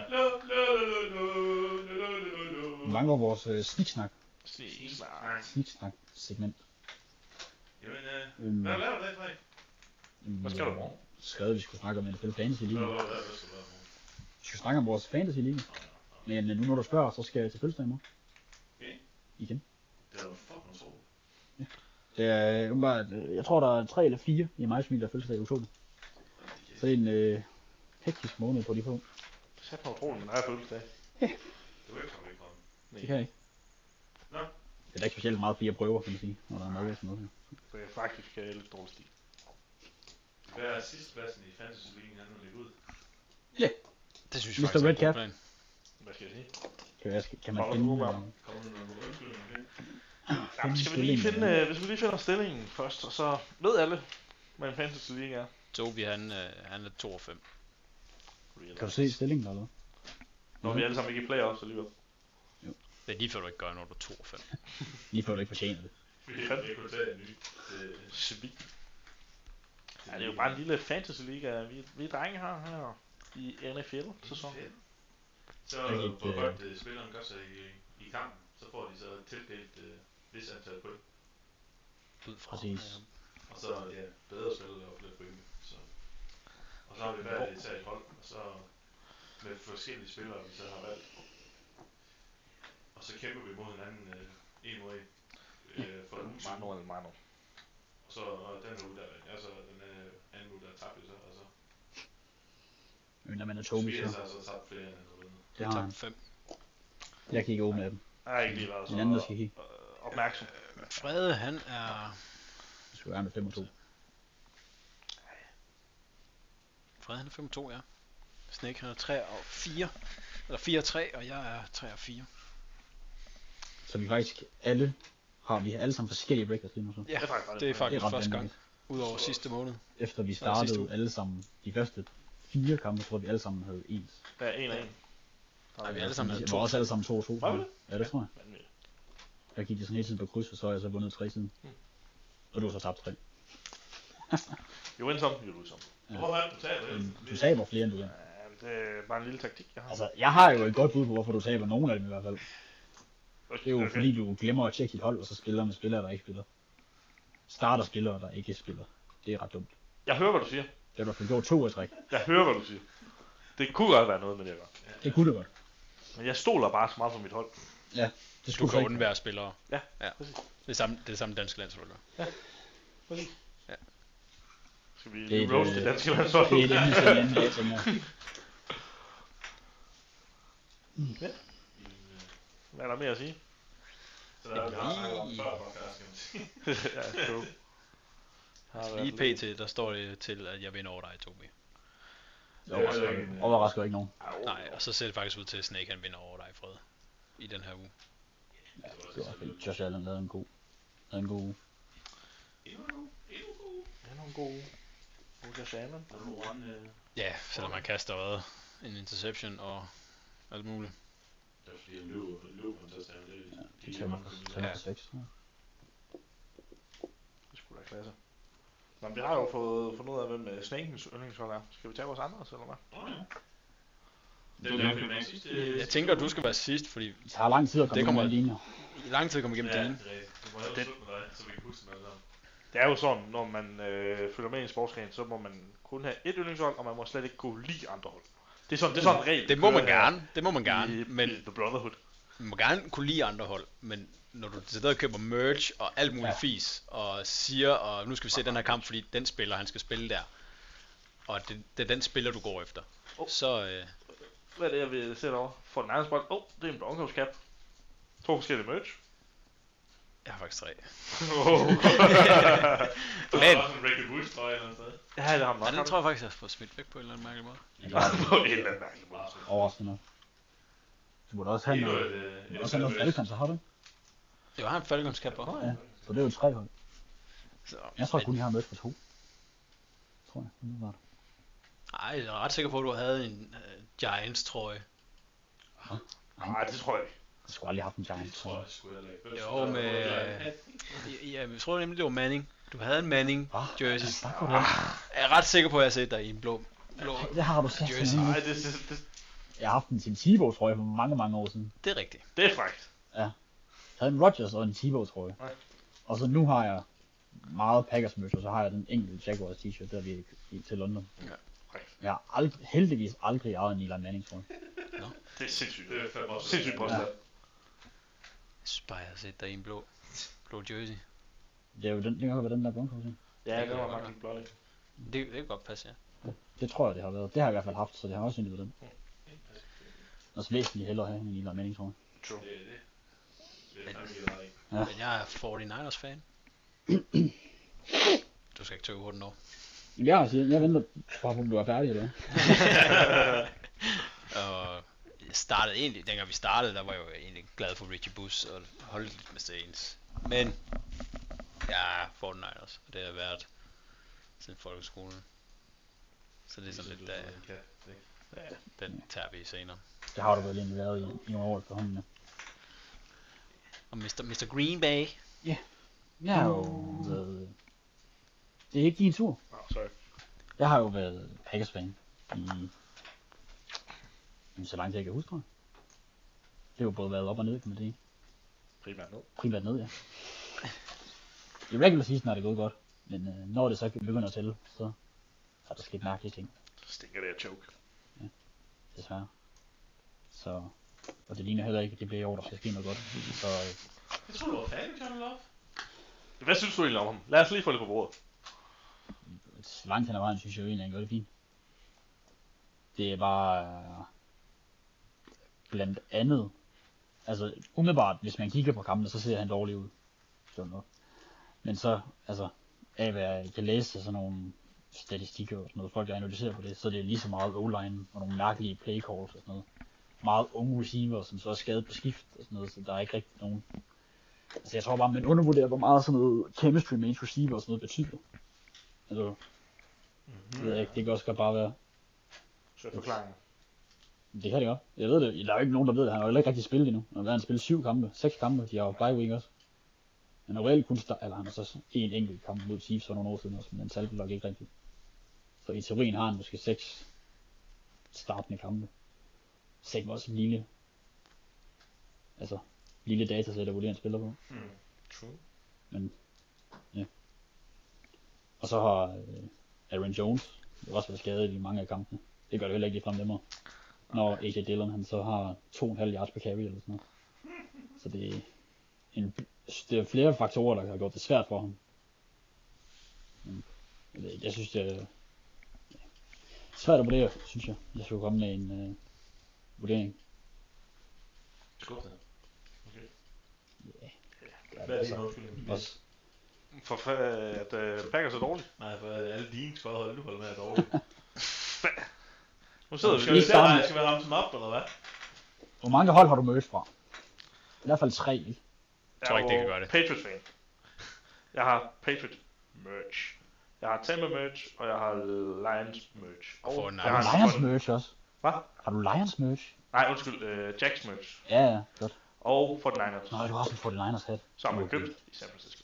Vi mangler vores øh, sniksnak. Sniksnak. Sniksnak segment. Jamen, øh, Øhm, hvad laver du der, Frederik? Hvad skal du morgen? Skrevet, at vi skulle snakke om N F L Fantasy Hvad League. laver du der? Hvad skal du lave? Vi skal snakke om vores Fantasy League. Men øh, nu når du spørger, så skal jeg til fødselsdag i morgen. Okay. Igen. Det er jo fucking utroligt. Det er umiddelbart, øh, jeg tror der er tre eller fire i mig familie, der har fødselsdag i oktober. Så det er en øh, hektisk måned på de få. Sæt mig utroligt, men der er fødselsdag. Det var ikke kommet ikke komme. Det kan jeg ikke. Nå. Det er da ikke specielt meget fire prøver, kan man sige, når der er noget sådan noget her. Så jeg faktisk er lidt dårlig stil. Hvad er sidstepladsen i Fantasy League, han nu ligger ud? Det synes jeg mister faktisk er en Red god Cap. plan. Hvad skal jeg sige? Kan, jeg, kan man Holder finde... du med Øh, ham? Kommer der nogle undskyldninger med? Ja, skal vi lige finde, øh, hvis vi lige finder stillingen først, og så ved alle, hvad en fantasy league er. Tobi, han, øh, han er to og fem. Kan du se stillingen eller hvad? Når vi alle sammen ikke i playoffs alligevel. Det er lige før du ikke gør, når du er to og fem. Lige før du ikke fortjener det. Vi kan ikke tage en ny. Det- Svin. Ja, det er jo bare en lille fantasy liga, vi, vi drenge har her i N F L-sæson. Fedt. Så Jeg gik, hvor øh, godt uh, spilleren gør sig i, i kampen, så får de så tildelt uh, vis antal point. Ud fra. Præcis. Og så ja, bedre spillere og flere point. Så. Og så har vi valgt et tage et hold, og så med forskellige spillere, vi så har valgt. Og så kæmper vi mod hinanden uh, en mod en. Uh, Mano eller Mano. Og så og den her uge, der vandt jeg, så den øh, anden uge, der tabte vi så, og så Men man er Tobi, Tobias så har så tabt flere end han. det har han. fem. Jeg kan ikke åbne af dem. Jeg har ikke lige været så Den anden, der skal kigge. øh, opmærksom. Frede, han er... Jeg skulle gerne med fem og to. Frede, han er fem og to, ja. Snake, han er tre og fire. Eller fire og tre, og jeg er tre og fire. Så vi faktisk alle har vi alle sammen forskellige records lige nu så. Ja, Det er faktisk det er faktisk ret første gang. vanvittigt. Udover sidste måned. Efter vi sidste startede uge. alle sammen de første fire kampe, tror jeg, vi alle sammen havde ens. Ja, en og en. Nej, vi alle sammen Vi havde var to. også alle sammen to og to. Var vi det? Ja, det tror jeg. Vanvittigt. Jeg gik det sådan hele tiden på kryds, og så har jeg så vundet tre siden. Mm. Og du har så tabt tre. You win some, you lose some. Ja. Hvor var det, du taber? Men du taber flere end du vinder. Ja, det er bare en lille taktik, jeg har. Altså, jeg har jo et godt bud på, hvorfor du taber nogen af dem i hvert fald. Okay, Det er jo okay. fordi, du glemmer at tjekke dit hold, og så spiller med spillere, der ikke spiller. Starter spillere, der ikke spiller. Det er ret dumt. Jeg hører, hvad du siger. Det har du i hvert fald gjort to af træk. Jeg hører, hvad du siger. Det kunne godt være noget med det, jeg gør. Det kunne det godt. Men jeg stoler bare så meget på mit hold. Ja, det Du skulle så kan ikke. undvære spillere. Ja, ja. præcis. Det er samme, det er samme danske landshold gør. Præcis. Ja. Skal vi Det er lige et, roast øh, det danske landshold? Det er et emne til en anden dag, tænker jeg. Hvad er der mere at sige? Så der er vi har snakket om før podcast, kan man sige. Ja, true. Har været Lige pt, der står det til, at jeg vinder over dig, Tobi. Det overrasker ikke- overrasker ikke nogen. Nej, og så ser det faktisk ud til, at Snake han vinder over dig, Fred. I den her uge. Ja, det var fedt. Josh Allen lavede en god, lavede en god uge. Endnu en uge. Endnu en uge. Det er nogle gode... Gode Josh Allen. Number one, øh, Ja, selvom man kaster hvad? En interception og alt muligt. det er fordi, han løber, løber på en touchdown. Det er Det de tæmmer mange for familier. seks, tror jeg. Det skulle være klasse. Nå, men vi har jo fået fundet ud af, hvem øh, Snakens yndlingshold er. Skal vi tage vores andre, eller hvad? Nå, ja. Det er jo ikke sidste. Jeg tænker, at du skal være sidst, fordi Det tager lang tid at komme Det kommer- ind med linjer. i lang tid kommer igennem Ja, dine. det er rigtigt. Du må have Det- slutte med dig, så vi kan huske dem alle sammen. Det er jo sådan, når man øh, følger med i en sportsgren, så må man kun have et yndlingshold, og man må slet ikke kunne lide andre hold. Det er sådan, det er sådan en regel. Det må man kører her gerne, det må man gerne, i, men i The Brotherhood. man må gerne kunne lide andre hold, men når du til og køber merch og alt muligt Ja. fis, og siger, og nu skal vi se den her kamp, fordi den spiller, han skal spille der, og det, det er den spiller, du går efter, Oh. så øh, Hvad er det, jeg vil sætte over? For den anden bold. Åh, oh, det er en Broncos cap. To forskellige merch. jeg har faktisk tre. Oh. Der Men- er også en Ricky Woods trøje eller noget sted. Ja, det har man Ja, nok. den tror jeg faktisk, jeg har fået smidt væk på en eller anden mærkelig måde. Jeg kan På en eller anden mærkelig måde. overraskende nok. Du burde også have Endnu noget, et, øh, du et burde også have noget merch. Falcons, så har du ikke? Jeg har en Falcons cap på. Ja, så det er jo tre hold. Så, Jeg tror kun, jeg har mødt for to. Tror jeg, det var det. Nej, jeg er ret sikker på, at du havde en uh, Giants trøje. Nej, det tror jeg ikke. Jeg skulle aldrig have haft en Det Giants. tror jeg sgu heller ikke. Hvem Jo, skulle der med- have fået det? Ja, jeg tror nemlig, det var Manning. Du havde en Manning Hvad? jersey. Snakker du om? Jeg er ret sikker på, at jeg har set dig i en blå. blå. Det har du sagt. Jersey. Nej, det, det, det, Jeg har haft en Tim Tebow trøje for mange, mange år siden. Det er rigtigt. det er frækt. Jeg havde en Rodgers og en Tebow trøje. Nej. Og så nu har jeg meget Packers merch, og så har jeg den enkelte Jaguars t-shirt, der vi i til London. Ja. Frækt. Jeg har aldrig, heldigvis aldrig ejet en Eli Manning trøje. Det er sindssygt. Det er fandme også. Sindssygt påstand. Jeg synes bare, jeg har set dig i en blå, blå jersey. Det er jo den, det kan godt være den der Broncos, ikke? Ja, det var faktisk blot ikke. Det, det kan godt passe, ja. Det tror jeg, det har været. Det har jeg i hvert fald haft, så det har også været den. Og så væsentligt hellere have en Eli Manning trøje. True. Det er det. Det er fandme helt ret i. Ja. Men jeg er forty-niners fan. Du skal ikke tøve hurtigt over. Jeg siger, jeg venter bare på, om du er færdig, eller hvad? Og jeg startede egentlig, dengang vi startede, der var jeg jo egentlig glad for Richie Bush og holdt lidt med Saints. Men jeg er forty-niners, og det har været siden folkeskolen. Så det er sådan lidt, der uh, en kat, ikke? den tager vi senere. Det har du vel egentlig været i, i nogle år efterhånden, ja. Og mister mister Green Bay. Jeg har jo været... Det er ikke din tur. Nå, sorry. Jeg har jo været Packers fan i... Jamen, så lang tid jeg kan huske, tror jeg. Det har jo både været op og ned, kan man sige. Primært ned. Primært ned, ja. I regular season har det gået godt, men øh, når det så begynder at tælle, så er der sket mærkelige ting, Så stinker det af choke. desværre. Så... Og det ligner heller ikke, at det bliver i år, der skal ske noget godt. Så øh, Jeg tror, du var fan, John Love. Hvad synes du egentlig om ham? Lad os lige få det på bordet. Langt hen ad vejen, synes jeg jo egentlig, han gør det fint. Det er bare øh, blandt andet, altså umiddelbart, hvis man kigger på kampene, så ser han dårlig ud. Sådan noget. Men så, altså, af hvad jeg kan læse sådan nogle statistikker og sådan noget, folk der analyserer på det, så er det lige så meget O-line og nogle mærkelige play calls og sådan noget. Meget unge receiver, som så er skadet på skift og sådan noget, så der er ikke rigtig nogen. Altså jeg tror bare, man undervurderer, hvor meget sådan noget chemistry med ens receiver og sådan noget betyder. Altså, mm-hmm. det, ikke, det kan også godt bare være. Så forklaringen. Det kan det godt. Jeg ved det. Der er jo ikke nogen, der ved det. Han har jo ikke rigtig spillet endnu. Han har spillet syv kampe, seks kampe. De har jo bye week også. Han har jo reelt kun start, eller han har så en enkelt kamp mod Chiefs for nogle år siden også, men den talte nok ikke rigtigt. Så i teorien har han måske seks startende kampe. Så ikke også en lille, altså lille datasæt at vurdere en spiller på. Mm. True. Men ja. Og så har øh, Aaron Jones også været skadet i mange af kampene. Det gør det heller ikke ligefrem nemmere. Når A J Dillon han så har to komma fem yards per carry eller sådan noget. Så det er en, det er flere faktorer, der har gjort det svært for ham. Men, jeg ved ikke, jeg synes det er ja, svært at vurdere, synes jeg. Jeg skulle komme med en øh, vurdering. Skub det. Okay. Ja. Hvad er det så? Også, For fa- at uh, Packers er dårligt. Nej, for alle dine skådhold, du holder med er dårligt. Nu sidder Skal vi vi se, at jeg skal være ramt dem op, eller hvad? hvor mange hold har du mødt fra? I hvert fald tre, ikke? Jeg tror ikke, det kan gøre det. Patriots fan. Jeg har Patriot merch. Jeg har Tampa merch, og jeg har Lions merch. Og for jeg Niners. Har har du Lions merch også? Hvad? Har du Lions merch? Nej, undskyld, uh, Jacks merch. Ja, ja, godt. Og for Niners. Nå, du har også en forty-niners hat. Som er købt i San Francisco.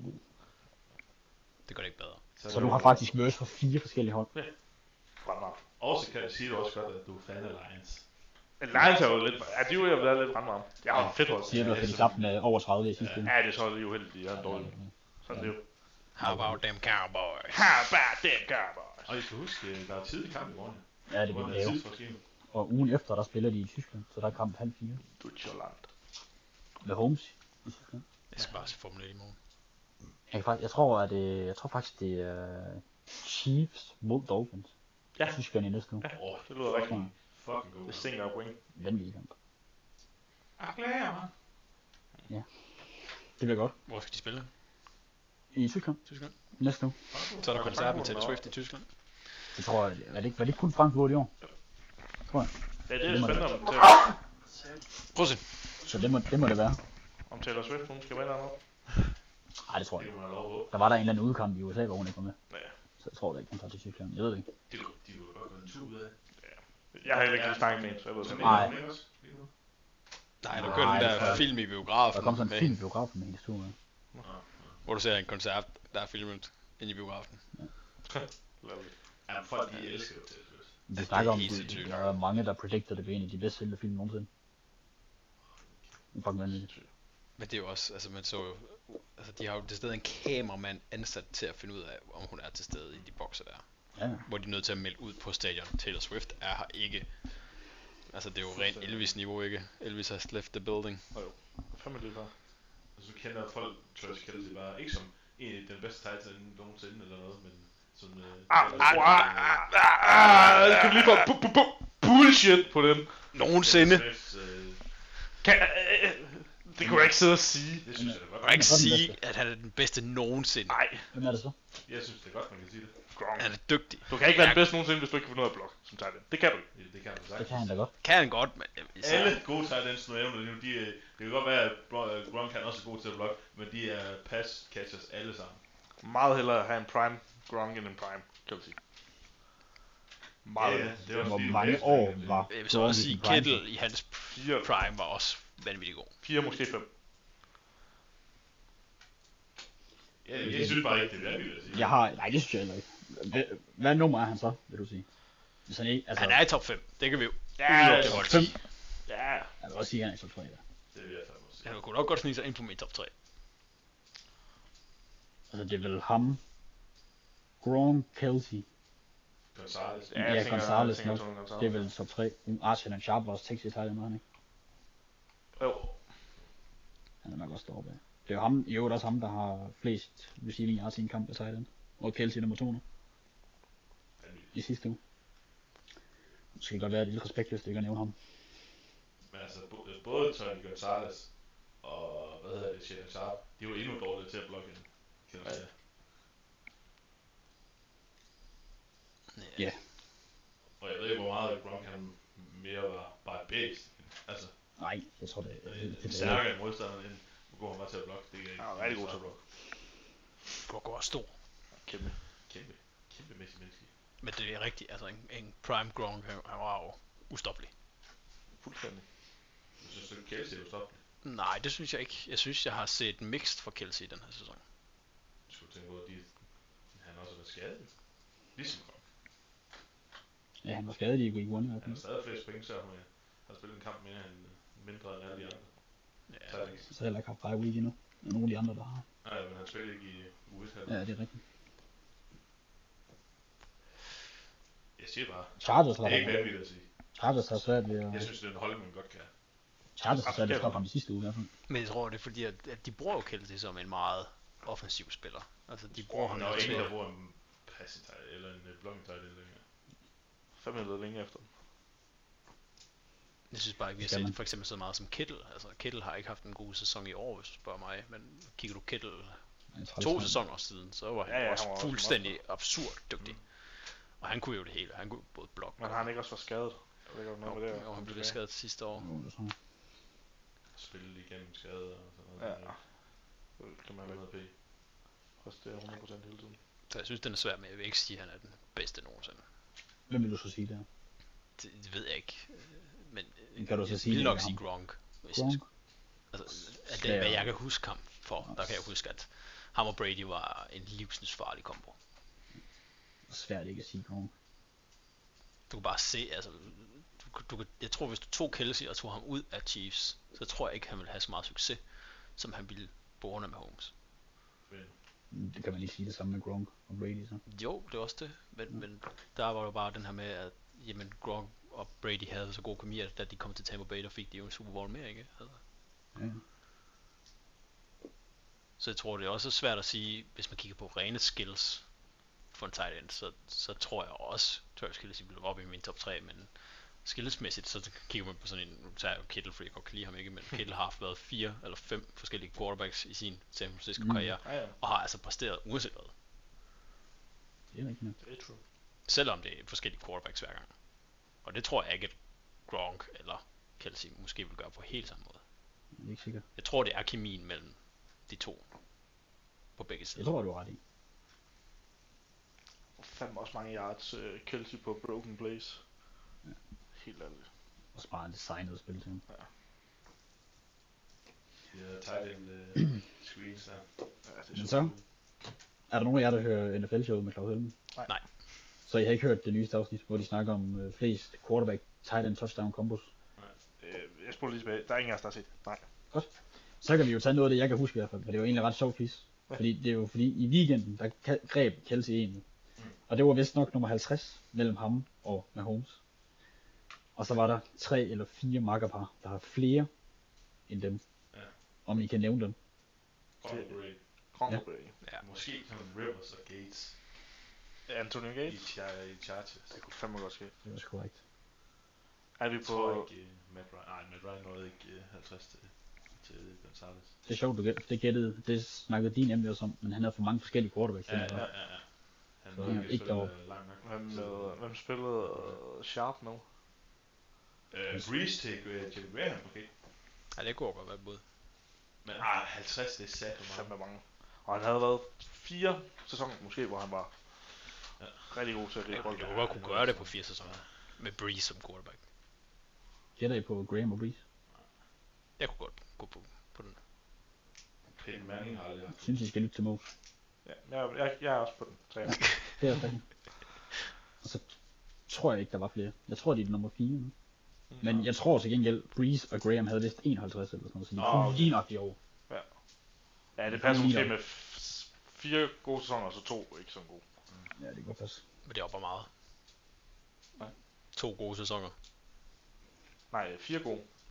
Det gør det ikke bedre. Så du har faktisk merch fra fire forskellige hold. Brandmark. Og så kan jeg sige du også godt, at du er fan af Lions. Men Lions er jo lidt... Ja, de er jo været lidt brandmark. Jeg har et fedt hold. Siger du, at de tabte med over tredive i sidste ende? Ja, det er så lige uheldigt, jeg er dårlig. Sådan er det jo. How about them Cowboys? How about them Cowboys? Og I skal huske, der er tidlig kamp i morgen. Ja, det Hvor bliver der er lave. tidsforskel. Og ugen efter, der spiller de i Tyskland, så der er kamp halv fire. Deutschland. Med Holmes i Tyskland. Jeg skal bare se Formel et i morgen. Jeg, kan faktisk, jeg, tror, at det, jeg tror faktisk, det er Chiefs mod Dolphins. Ja. Tyskland i næste uge. Ja, det lyder rigtig. Fucking god. Det stinker af point. Vanvittig kamp. Jeg glæder mig. Det bliver godt. Hvor skal de spille? I Tyskland Tyskland? næste uge. Så er der koncert med Taylor Swift i Tyskland. Det tror jeg, er det ikke, var det ikke kun Frankfurt i år? Tror jeg. Ja, det er spændende om Taylor, Prøv at se. Så det må det, må det være. om Taylor Swift, hun skal med dernede. Nej, det tror jeg Det ikke. må man lov på. Der var der en eller anden udkamp i U S A, hvor hun ikke var med. Ja. Så jeg tror det ikke, hun tager til Tyskland. Jeg ved det ikke. Det kunne de kunne godt gå en tur ud af. Jeg har heller ikke lige snakket med hende, så jeg ved det Nej. ikke. Nej, der Nej, kører den det der tror jeg. film i biografen. Der kom sådan en med film i hende, biografen med hendes tur med. hvor du ser en koncert, der er filmet ind i biografen. Lovely. Ja, folk de elsker jo Taylor Swift. Vi det snakker er om, helt at sindssygt. der er mange, der predicted det bliver en af de bedst sælgende film nogensinde. Det er fucking vanvittigt. Men det er jo også, altså man så jo, altså de har jo det sted en kameramand ansat til at finde ud af, om hun er til stede i de bokser der. Ja, Hvor de er nødt til at melde ud på stadion. Taylor Swift er her ikke. Altså det er jo rent Elvis-niveau, ikke? Elvis has left the building. Fem minutter før. Og så kender folk Travis Kelce bare ikke som en af den bedste tight end nogensinde eller noget, men som... Øh, Ah, Taylor ah, Swift, ah, ah, ah, kan vi lige få bu- bu- bu- bullshit på den? Nogensinde! Taylor Swift, øh, Kan, øh, det kunne jeg ikke sidde og sige. det synes jeg da Jeg kan godt. ikke Sådan sige, at han er den bedste nogensinde. Nej, hvem er det så? Jeg synes det er godt, man kan sige det. Gronk. Han er dygtig. Du kan ikke være den bedste nogensinde, hvis du ikke kan finde ud af at blokke som tager det. Det kan du ikke. Det, det kan man Det sagt. kan han da godt. Kan han godt, men jeg vil sige- Alle gode tight ends, nu nævner nu, de, øh, det kan godt være, at Bro- øh, Gronk kan også er god til at blokke, men de er pass catchers alle sammen. Meget hellere have en prime Gronk end en prime, kan du sige. Meget. Ja, ja, det var Hvor fordi, du mange læste år det. var jeg vil så Gronk også i sige, sin prime? Kittle i hans Fire, prime var også vanvittig god. fire måske fem. Ja, jeg synes bare ikke, det er vanvittigt at sige. Jeg har, nej, det synes jeg heller ikke. Hvad, hvad nummer er han så, vil du sige? Hvis han ikke, altså, Han er i top fem, det kan vi jo. Ja, Udover ja, det var fem. ti. Ja, jeg vil også sige, at han er i top tre. Ja. Det vil jeg fandme også sige. Han kunne nok godt snige sig ind på min top tre. Altså, det er vel ham, Gronk, Kelsey, Gonzalez. ja, ja, jeg tænker- Gonzalez jeg tænker nok. Tony Gonzalez. Det er vel top tre. Arsenal Sharp var også Texas Titan, var han ikke? Jo. Han er nok også deroppe af. Det er jo ham, i øvrigt også ham, der har flest receiving yards i en kamp af tight end. Og Kelsey nummer to nu. I sidste uge. Det skal godt være et lille respektløst ikke at nævne ham. Men altså, både Tony Gonzalez og, hvad hedder det, Shannon Sharp, de var endnu dårlige til at blokke ind. Kan du sige. Ja. Og jeg ved ikke, hvor meget Gronk han mere var bare based. Altså, Nej, jeg tror det, det, det, det det stærkere modstanderen end hvor god han var til at blokke. Det er ikke. Ja, rigtig god til at blokke. Gronk var stor. Kæmpe. Kæmpe, kæmpe mæssig menneske. Men det er rigtigt, altså en, en prime Gronk, han, han var jo ustoppelig. Fuldstændig. Jeg synes, at Kelsey er jo stoppelig. Nej, det synes jeg ikke. Jeg synes, jeg har set mixed for Kelsey i den her sæson. Jeg skulle tænke på, at de, han også har været skadet. Ligesom Gronk. Ja, han var skadet i week one i hvert Han har fald. stadig flest point, så han har spillet en kamp mere end mindre end alle de andre. Ja, Så er det ikke. Så heller ikke haft bye week endnu. Der er nogle af de andre, der har. Nej, men han spiller ikke i U et Ja, det er rigtigt. Jeg siger bare, Chargers har det er ikke der. vanvittigt at sige. Chargers har svært ved Jeg at... synes, det er en hold, man godt kan. Chargers har svært ved at stoppe ham i sidste uge i hvert fald. men jeg tror, det er fordi, at, at de bruger jo Kelsey som en meget offensiv spiller. Altså, de bruger ham Der er jo jo til ingen, der at... bruger en passing tight eller en uh, blocking tight end længere. Fem minutter længe efter dem. Jeg synes bare ikke, vi har Skal man? set for eksempel så meget som Kittle. Altså, Kittle har ikke haft en god sæson i år, hvis du spørger mig. Men kigger du Kittle En træls to mand. sæsoner siden, så var han Ja, ja, også han var også fuldstændig absurd dygtig. Og han kunne jo det hele. Han kunne både blokke Men har han ikke også været skadet? Jeg ved ikke, om noget med det. og han blev lidt skadet sidste år. Jo, det er sådan. Spille igennem skade og sådan noget. Ja. Det kan man jo ikke hundrede p. præstere hundrede procent hele tiden. Så jeg synes, den er svær, men jeg vil ikke sige, at han er den bedste nogensinde. Hvem vil du så sige der? Det, det ved jeg ikke. Øh, Men øh, Kan du så jeg sige vil det nok med sige ham? Gronk. Hvis Gronk? Jeg skulle, altså, at Skal det, hvad jeg- jeg kan huske ham for, der kan jeg huske, at ham og Brady var en livsfarlig kombo. Svært ikke at sige Gronk. Du kan bare se, altså, du, du, jeg tror, hvis du tog Kelsey og tog ham ud af Chiefs, så tror jeg ikke, han ville have så meget succes, som han ville borne med Holmes. Det kan man lige sige det samme med Gronk og Brady så. Jo, det er også det, men, men der var jo bare den her med, at jamen, Gronk og Brady havde så god kemi, at da de kom til Tampa Bay, der fik de jo en Super Bowl mere, ikke? Altså. Ja. Så jeg tror, det er også svært at sige, hvis man kigger på rene skills for en tight end, så, så tror jeg også, Travis Kelce bliver op i min top tre, men skillsmæssigt, så kigger man på sådan en, nu tager jeg jo Kittle, fordi jeg godt kan lide ham ikke, men Kittle har haft været fire eller fem forskellige quarterbacks i sin San Francisco Mm. karriere, Ja, ja. og har altså præsteret uanset hvad, Det er rigtigt nok. Det er true. selvom det er forskellige quarterbacks hver gang. Og det tror jeg ikke, at Gronk eller Kelce måske vil gøre på helt samme måde. Jeg er ikke sikker. Jeg tror, det er kemien mellem de to på begge Jeg sider. tror, du har ret i. Fandme også mange yards uh, Kelsey på broken plays. Ja. Helt ærligt. Og bare en designet spil til ham. De har tight end uh, screens der. Ja, det er Men så så? Er der nogen af jer, der hører N F L-showet med Claus Helmen? Nej. Nej. Så I har ikke hørt det nyeste afsnit, hvor de snakker om øh, flest quarterback, tight end, touchdown combos? Øh, jeg spurgte lige tilbage. Der er ingen af os, der har set. Nej. Så kan vi jo tage noget af det, jeg kan huske i hvert fald, for det var egentlig ret sjov quiz. Ja. Fordi det er jo fordi, i weekenden, der ka- greb Kelsey en. Og det var vist nok nummer halvtreds mellem ham og Mahomes. Og så var der tre eller fire makkerpar, der har flere end dem. Ja. Om I kan nævne dem. Gronk og Brady. Gronk Ja. og Brady. Ja. Måske som Rivers og Gates Anthony i, Gates. Char- i Chargers. Det kunne fandme godt ske. Det er også korrekt. Er vi Jeg tror på... ikke uh, Matt Ryan. Nej, Matt Ryan nåede ikke uh, halvtreds til, til Gonzalez. Det er sjovt, du gæt- det gættede, det snakkede din nemlig også om, men han havde for mange forskellige quarterbacks. Ja, den ja, her. ja, ja. Han Så nåede ikke ikke deroppe. spille langt nok. Hvem, med, hvem spillede uh, Sharp nu? Øh, Breeze til uh, Jimmy Graham, okay. Ja, det kunne godt være et bud. Men ah, halvtreds, det er sat for Fandme meget. mange. Og han havde været fire sæsoner måske, hvor han var Ja. rigtig god til at gribe Jeg bold. kunne godt kunne gøre det på fire sæsoner. Med Breeze som quarterback. Gætter I på Graham og Breeze? Jeg kunne godt gå på, på den. Peyton Manning har aldrig Jeg haft. synes, I skal lytte til Mås. Ja, jeg, jeg, jeg er også på den. Træner. Det er rigtigt. Og så tror jeg ikke, der var flere. Jeg tror, de er nummer fire nu. Men jeg tror til gengæld, Breeze og Graham havde vist enoghalvtreds eller sådan noget, så de Nå, kunne okay. lige nok i år. Ja, det passer Lige måske nok. med f- fire gode sæsoner, og så to ikke så gode. Ja, det kan godt passe. Men det er op og meget. Nej. To gode sæsoner. Nej, fire gode.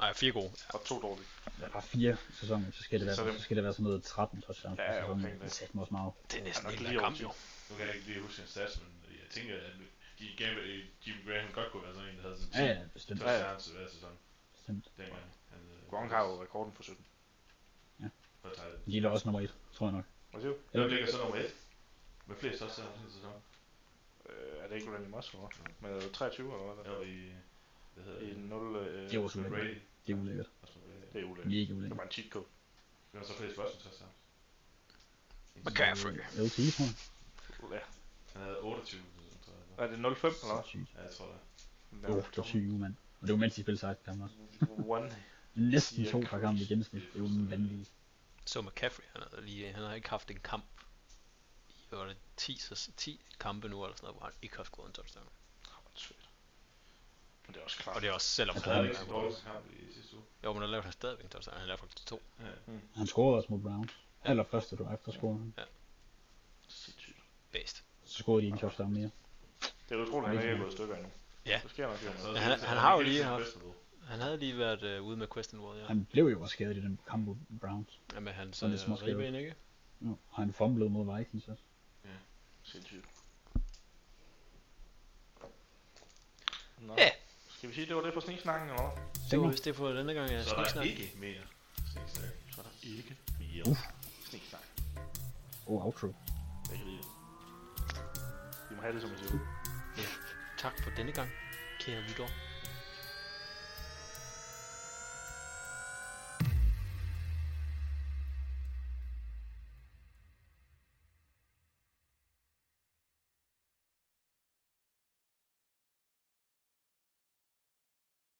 Nej, fire gode. og to dårlige. Der er bare fire sæsoner, så skal det være, Så så, det- så skal det være sådan noget tretten touchdowns Ja, per ja, sæson. omkring det. Det sætter mig også meget. Det er næsten nok ikke lige en over kamp, ti. jo. Nu kan jeg ikke lige huske en stats, men jeg tænker, at Jimmy Graham, Jimmy Graham godt kunne være sådan en, der havde sådan Ja, ti ja, bestemt. touchdowns hver sæson. bestemt. Dengang. Han, øh, Gronk har jo rekorden for sytten. for Titans. De er da også nummer et, tror jeg nok. Hvad siger du? Hvem ligger så nummer et? Med flest touchdowns i en sæson? Øh, er det ikke Randy Moss, eller hvad? Med treogtyve, eller hvad? Der var i... Hvad hedder I det? nul... Øh, Det er også Med ulækkert. Brady. Det er ulækkert. Også med Brady. det er ulækkert. Mega Det ulækkert. var en cheat code. Hvem har så flest rushing touchdowns? McCaffrey. L T, tror jeg. Ja. Han havde otteogtyve, tror jeg. Er det nul fem, eller hvad? Sygt. Ja, jeg tror det. Jo, det var sygt, mand. Og det var mens de spillede sejt kamp også. One. Næsten to per kamp i gennemsnit. Det er jo vanvittigt. Så McCaffrey, han har, lige, han har ikke haft en kamp i, hvad var det, ti, så ti kampe nu, eller sådan noget, hvor han ikke har scoret en touchdown. Svært. Men det er også klart. Og det er også selvom Han han havde havde ikke så dårlig kamp i sidste uge. Jo, men der lavede han stadigvæk en touchdown. Han lavede faktisk to. Ja. Han scorede også mod Browns. Aller første drive, der scorede han. Sindssygt. Based. Så scorede de en touchdown mere. Det er utroligt, at han ikke er gået i stykker endnu. Ja. Det sker nok, jo. Så- Men han- så- han så- har jo ikke lige til haft- festival. Han havde lige været øh, ude med Questenwood, ja. Han blev jo også skadet i den kamp mod Browns. Ja, med hans Sådan lidt øh, småskadet. ribben, ikke? Jo, og han fumblede mod Vikings også. Sindssygt. Nå. Ja. Skal vi sige, det var det for sniksnakken, eller hvad? Det var vist det for denne gang, jeg Så er der sniksnak. ikke mere sniksnak. Så er der ikke Mere. Uff. sniksnak. Oh, outro. Jeg kan lide det. I må have det, som jeg siger. Tak for denne gang, kære lytter.